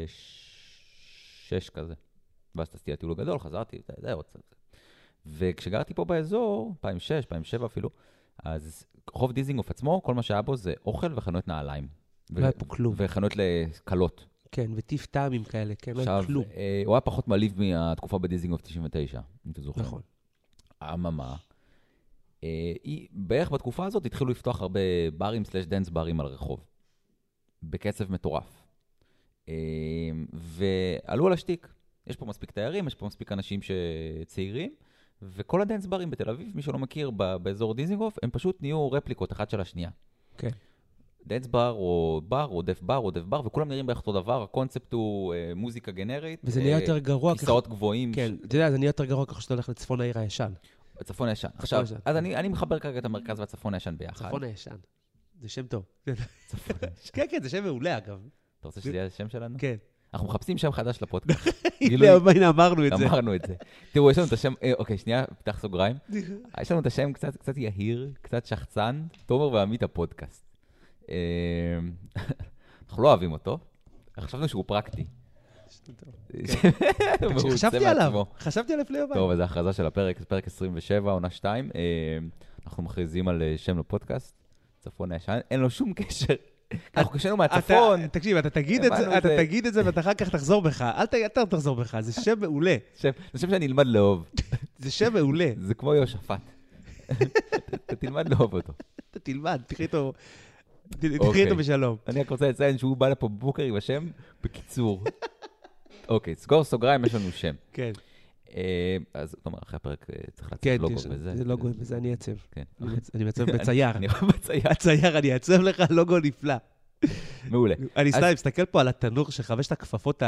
ושש כזה. ואז תעשיתי הטיול הגדול, חזרתי, זה, זה עוד קצת. וכשגרתי פה באזור, אלפיים ושש, אלפיים ושבע אפילו, אז רחוב דיזינגוף עצמו, כל מה שהיה בו זה אוכל וחנויות נעליים. לא היה פה כלום. וחנויות לקלות. כן, וטיף טעמים כאלה, כן, לא היה עכשיו, כלום. אה, הוא היה פחות מעליב מהתקופה בדיזינגוף תשעים ותשע, אם אתה זוכר. נכון. אממה, אה, היא- בערך בתקופה הזאת התחילו לפתוח הרבה ברים סלש דנס ברים על הרחוב. בקצב מטורף. אה, ועלו על השתיק. יש פה מספיק תיירים, יש פה מספיק אנשים שצעירים, וכל הדנס ברים בתל אביב, מי שלא מכיר, ב- באזור דיזינגוף, הם פשוט נהיו רפליקות אחת של השנייה. כן. דנס בר או בר, או דף בר, או דף בר, וכולם נראים בערך אותו דבר, הקונספט הוא אה, מוזיקה גנרית. וזה נהיה אה, יותר גרוע. כיסאות גבוהים. כן, אתה יודע, זה נהיה יותר גרוע ככה שאתה הולך לצפון העיר הישן. בצפון הישן. עכשיו, הישן. אז אני, אני מחבר כרגע את המרכז והצפון הישן ביחד. צפון הישן. זה שם טוב. צפון הישן. כן, כן, זה שם מעולה, אגב. אתה רוצה שזה יהיה השם שלנו? כן. אנחנו מחפשים שם חדש לפודקאסט. הנה, הנה, אמרנו את זה. אמרנו את זה. תראו, יש לנו את השם, אה, אוקיי, שנייה, פתח סוגריים. יש לנו את השם קצת, קצת יהיר, קצת שחצן, תומר ועמית הפודקאסט. אה, אנחנו לא אוהבים אותו, חשבנו שהוא פרקטי. והוא חשבתי יוצא עליו, מעצמו. חשבתי עליו לפני יומיים. טוב, אז ההכרזה של הפרק, פרק עשרים ושבע, עונה שתיים. אה, אנחנו מכריזים על אה, שם לפודקאסט, צפון הישן, אין לו שום קשר. אנחנו קשרנו מהצפון. אתה- תקשיב, אתה תגיד את הבנו זה, את אתה זה. תגיד את זה ואתה אחר כך תחזור בך. אל ת- אל תחזור בך, זה שם מעולה. שם- זה שם שאני אלמד לאהוב. זה שם מעולה. זה כמו יהושפט. אתה תלמד לאהוב אותו. אתה תלמד, תחי איתו, תחי אוקיי. איתו בשלום. אני רק רוצה לציין שהוא בא לפה בבוקר עם השם בקיצור. אוקיי, סגור סוגריים, יש לנו שם. כן, אה, אז זאת אומרת, אחרי הפרק אה, צריך כן, להציב לוגו יש- וזה. זה לוגו, וזה אני אעצב. כן. אני מעצ- אני מעצב בצייר. אני רואה בצייר. הצייר, אני אעצב לך לוגו נפלא. מעולה. אני אז- סתם מסתכל פה על התנור שחבש את הכפפות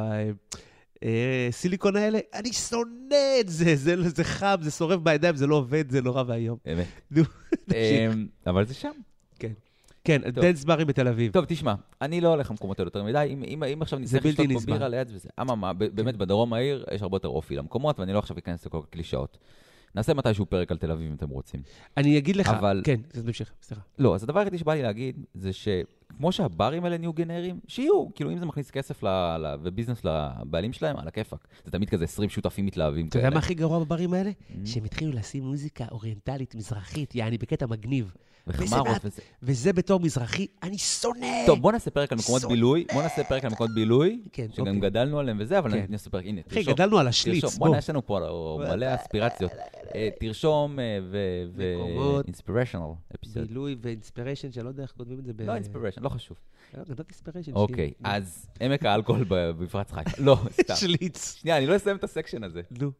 הסיליקון האלה, אני שונא את זה, זה- זה חם, זה שורף בידיים, זה לא עובד, זה נורא והיום. אמת. נו, אה, אבל זה שם. כן, דנס ברים בתל אביב. טוב, תשמע, אני לא הולך למקומות האלה יותר מדי, אם- אם אם עכשיו נצטרך בלתי לשתות פה נסבל. בירה ליד וזה, אממה, ב- באמת בדרום העיר יש הרבה יותר אופי למקומות, ואני לא עכשיו אכנס לכל הקלישאות. נעשה מתישהו פרק על תל אביב אם אתם רוצים. אני אגיד לך, אבל- כן, אז נמשיך, סליחה. לא, אז הדבר היחידי שבא לי להגיד, זה שכמו שהברים האלה נהיו גנריים, שיהיו, כאילו אם זה מכניס כסף ל- ל- וביזנס לבעלים שלהם, על הכיפאק. זה תמיד כזה עשרים שותפים מתלהבים אתה יודע כאלה. מה הכי גרוע בברים האלה? Mm. שהם התחילו לשים מוזיקה אוריינטלית, מזרחית, יעני בקטע מגניב. וזה וחמרות מעט- וזה. וזה בתור מזרחי, אני שונא! טוב, בוא נעשה פרק על מקומות שונא. בילוי, בוא נעשה פרק על מקומות בילוי, כן, שגם אוקיי. גדלנו עליהם וזה, אבל כן. נעשה פרק, הנה, אחי, תרשום. גדלנו על השליץ, תרשום, בוא. בוא, יש לנו פה מלא אספירציות. אה, תרשום מקומות. ו-inspirational episode. בילוי ואינספיריישן, שאני לא יודע איך כותבים את זה ב... לא inspiration, לא חשוב. גדלת אינספיריישן. אוקיי, אז עמק האלכוהול במפרץ חיפה. לא, סתם. שליץ. שנייה, אני לא אסיים את הסקשן הזה. נו.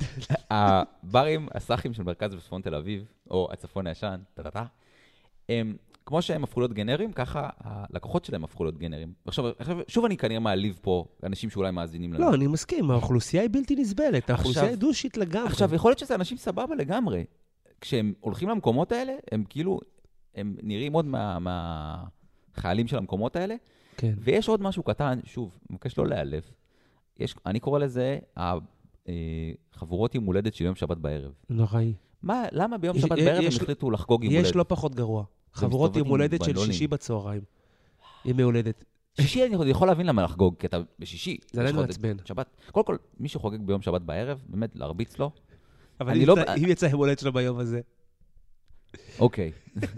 הברים, הסאחים של מרכז וצפון תל אביב, או הצפון הישן, טה-טה-טה, הם, כמו שהם הפכו להיות גנרים, ככה הלקוחות שלהם הפכו להיות גנרים. עכשיו, עכשיו, שוב אני כנראה מעליב פה אנשים שאולי מאזינים לנו. לא, אני מסכים, האוכלוסייה היא בלתי נסבלת, האוכלוסייה עכשיו- היא דושית לגמרי. עכשיו, יכול להיות שזה אנשים סבבה לגמרי. כשהם הולכים למקומות האלה, הם כאילו, הם נראים עוד מה- מהחיילים של המקומות האלה, כן. ויש עוד משהו קטן, שוב, אני מבקש לא להיעלב. יש, אני קורא לזה, החבורות יום הולדת של יום שבת בערב. נוראי. מה, למה ביום יש- שבת יש- בערב הם יש- החליטו לחגוג יום הולדת? יש לא פחות גרוע. חברות מסתובבים יום הולדת של בלונים. שישי בצהריים. ימי הולדת. שישי אני יכול להבין למה לחגוג, כי אתה בשישי. זה עדיין יש לך עוד מעצבן. את שבת. קודם כל, מי שחוגג ביום שבת בערב, באמת להרביץ לו. אבל אני אם לא- יצא- אם יצא יום הולדת שלו ביום הזה. אוקיי.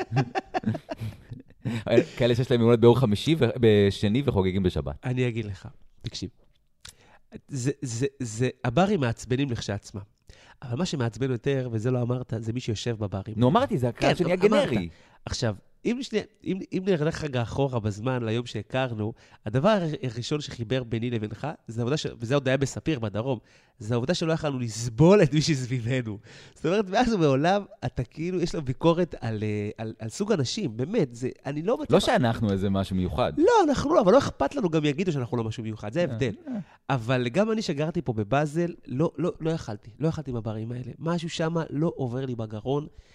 כאלה שיש להם יום הולדת ביום חמישי, ו- בשני וחוגגים בשבת. אני אגיד לך, תקשיב. זה, זה, זה, הברים מעצבנים לכשעצמם. אבל מה שמעצבן יותר, וזה לא אמרת, זה מי שיושב בברים. נו, אמרתי, זה הקהל כן, שנהיה אמרת. גנרי. עכשיו, אם, שני, אם, אם נלך רגע אחורה בזמן, ליום שהכרנו, הדבר הראשון שחיבר ביני לבינך, זה העובדה ש... וזה עוד היה בספיר בדרום, זה העובדה שלא יכולנו לסבול את מי שסביבנו. זאת אומרת, מאז ומעולם, אתה כאילו, יש לו ביקורת על, אה, על, על סוג אנשים, באמת, זה, אני לא בטוח... לא שאנחנו איזה משהו מיוחד. לא, אנחנו לא, אבל לא אכפת לנו גם יגידו שאנחנו לא משהו מיוחד, זה ההבדל. אבל גם אני שגרתי פה בבאזל, לא, לא, לא יכלתי, לא יכלתי עם הברים האלה. משהו שם לא עובר לי בגרון.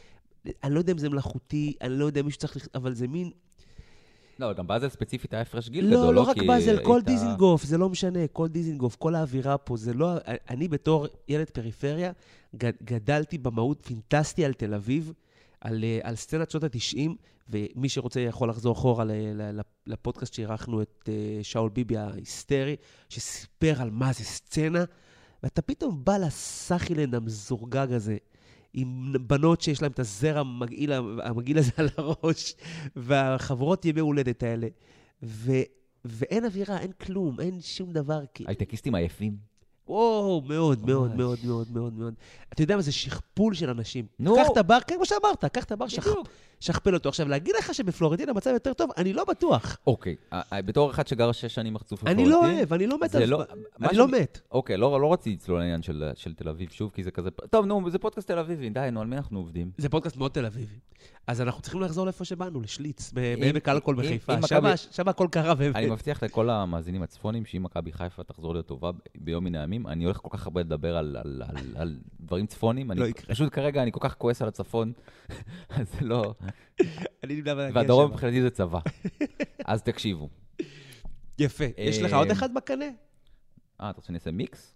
אני לא יודע אם זה מלאכותי, אני לא יודע אם מישהו צריך, אבל זה מין... לא, גם באזל ספציפית היה הפרש גיל לא, גדול, לא רק באזל, כל היית... דיזינגוף, זה לא משנה, כל דיזינגוף, כל האווירה פה, זה לא... אני בתור ילד פריפריה, גדלתי במהות פינטסטי על תל אביב, על, על סצנת שנות ה-תשעים, ומי שרוצה יכול לחזור אחורה לפודקאסט שערכנו את שאול ביבי ההיסטרי, שסיפר על מה זה סצנה, ואתה פתאום בא לסחילנד המזורגג הזה, עם בנות שיש להם את הזר המגעיל, המגעיל הזה על הראש, והחברות ימי הולדת האלה, ו, ואין אווירה, אין כלום, אין שום דבר. הייטקיסטים עייפים. וואו, מאוד, מאוד, מאוד, מאוד, מאוד, מאוד. אתה יודע מה, זה שכפול של אנשים. נו. קח את הבר, כמו שאמרת, קח את הבר, שכפל אותו. עכשיו, להגיד לך שבפלורנטין המצב יותר טוב, אני לא בטוח. אוקיי, בתור אחד שגר שש שנים מחצוף בפלורנטין... אני לא אוהב, אני לא מת על... אני לא מת. אוקיי, לא רציתי לצלול לעניין של תל אביב שוב, כי זה כזה... טוב, נו, זה פודקאסט תל אביבי, די, נו, על מי אנחנו עובדים? זה פודקאסט מאוד תל אביבי. אז אנחנו צריכים לחזור לאיפה שבאנו, לשליץ, בעמק אלכוהול בחיפה. שם הכל קרה באמת. אני מבטיח לכל המאזינים הצפונים שאם מכבי חיפה תחזור להיות טובה ביום מן הימים, אני הולך כל כך הרבה לדבר על, על, על, על דברים צפונים. אני פשוט כרגע אני כל כך כועס על הצפון, אז זה לא... והדרום מבחינתי זה צבא. אז תקשיבו. יפה. יש לך עוד אחד בקנה? אה, אתה רוצה שאני אעשה מיקס?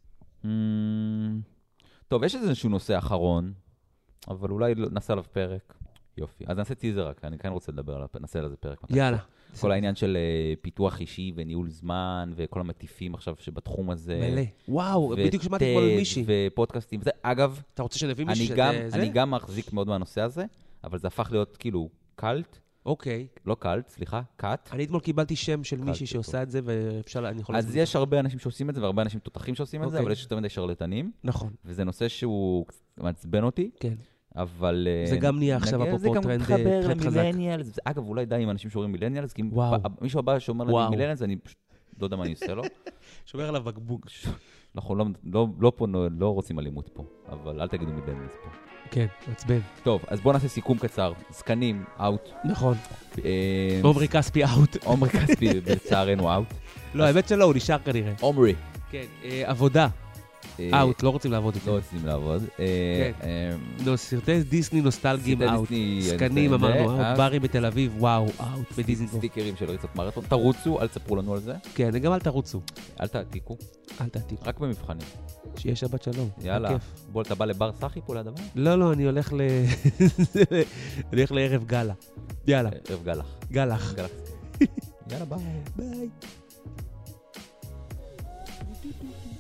טוב, יש איזשהו נושא אחרון, אבל אולי נעשה עליו פרק. יופי. אז נעשה טיזר רק, אני כאן רוצה לדבר עליו, נעשה על זה פרק. יאללה. כל העניין של פיתוח אישי וניהול זמן, וכל המטיפים עכשיו שבתחום הזה. מלא. וואו, בדיוק שמעתי כבר על מישהי. ופודקאסטים. אגב, אתה רוצה שנביא מישהי שזה? אני גם מחזיק מאוד מהנושא הזה, אבל זה הפך להיות כאילו קלט. אוקיי. לא קלט, סליחה, קאט. אני אתמול קיבלתי שם של מישהי שעושה את זה, ואפשר, אני יכול... אז יש הרבה אנשים שעושים את זה, והרבה אנשים תותחים שעושים את זה, אבל יש יותר מדי שרלטנים. נכון. וזה נושא שהוא מעצבן אותי. כן. אבל... זה גם נהיה עכשיו אפרופו טרנד חזק. זה גם מתחבר למילניאלס. אגב, אולי די עם אנשים שאומרים מילניאלס, כי מישהו הבא שאומר לי מילניאלס, אני לא יודע מה אני עושה לו. שומר עליו בקבוק. אנחנו לא רוצים אלימות פה, אבל אל תגידו מילניאלס פה. כן, עצבן. טוב, אז בואו נעשה סיכום קצר. זקנים, אאוט. נכון. עומרי כספי, אאוט. עומרי כספי, בצערנו, אאוט. לא, האמת שלא, הוא נשאר כנראה. עומרי. כן, עבודה. אאוט, לא רוצים לעבוד איתו. לא רוצים לעבוד. לא, סרטי דיסני נוסטלגיים, אאוט. סקנים אמרנו, אאוט. ברי בתל אביב, וואו, אאוט. בדיזינגוף. סטיקרים של ריצות מרתון. תרוצו, אל תספרו לנו על זה. כן, גם אל תרוצו. אל תעתיקו. אל תעתיקו. רק במבחנים. שיהיה שבת שלום. יאללה. בוא, אתה בא לבר סחי פה ליד הבית? לא, לא, אני הולך ל... אני הולך לערב גלה. יאללה. ערב גלח. גלח. יאללה, ביי. ביי.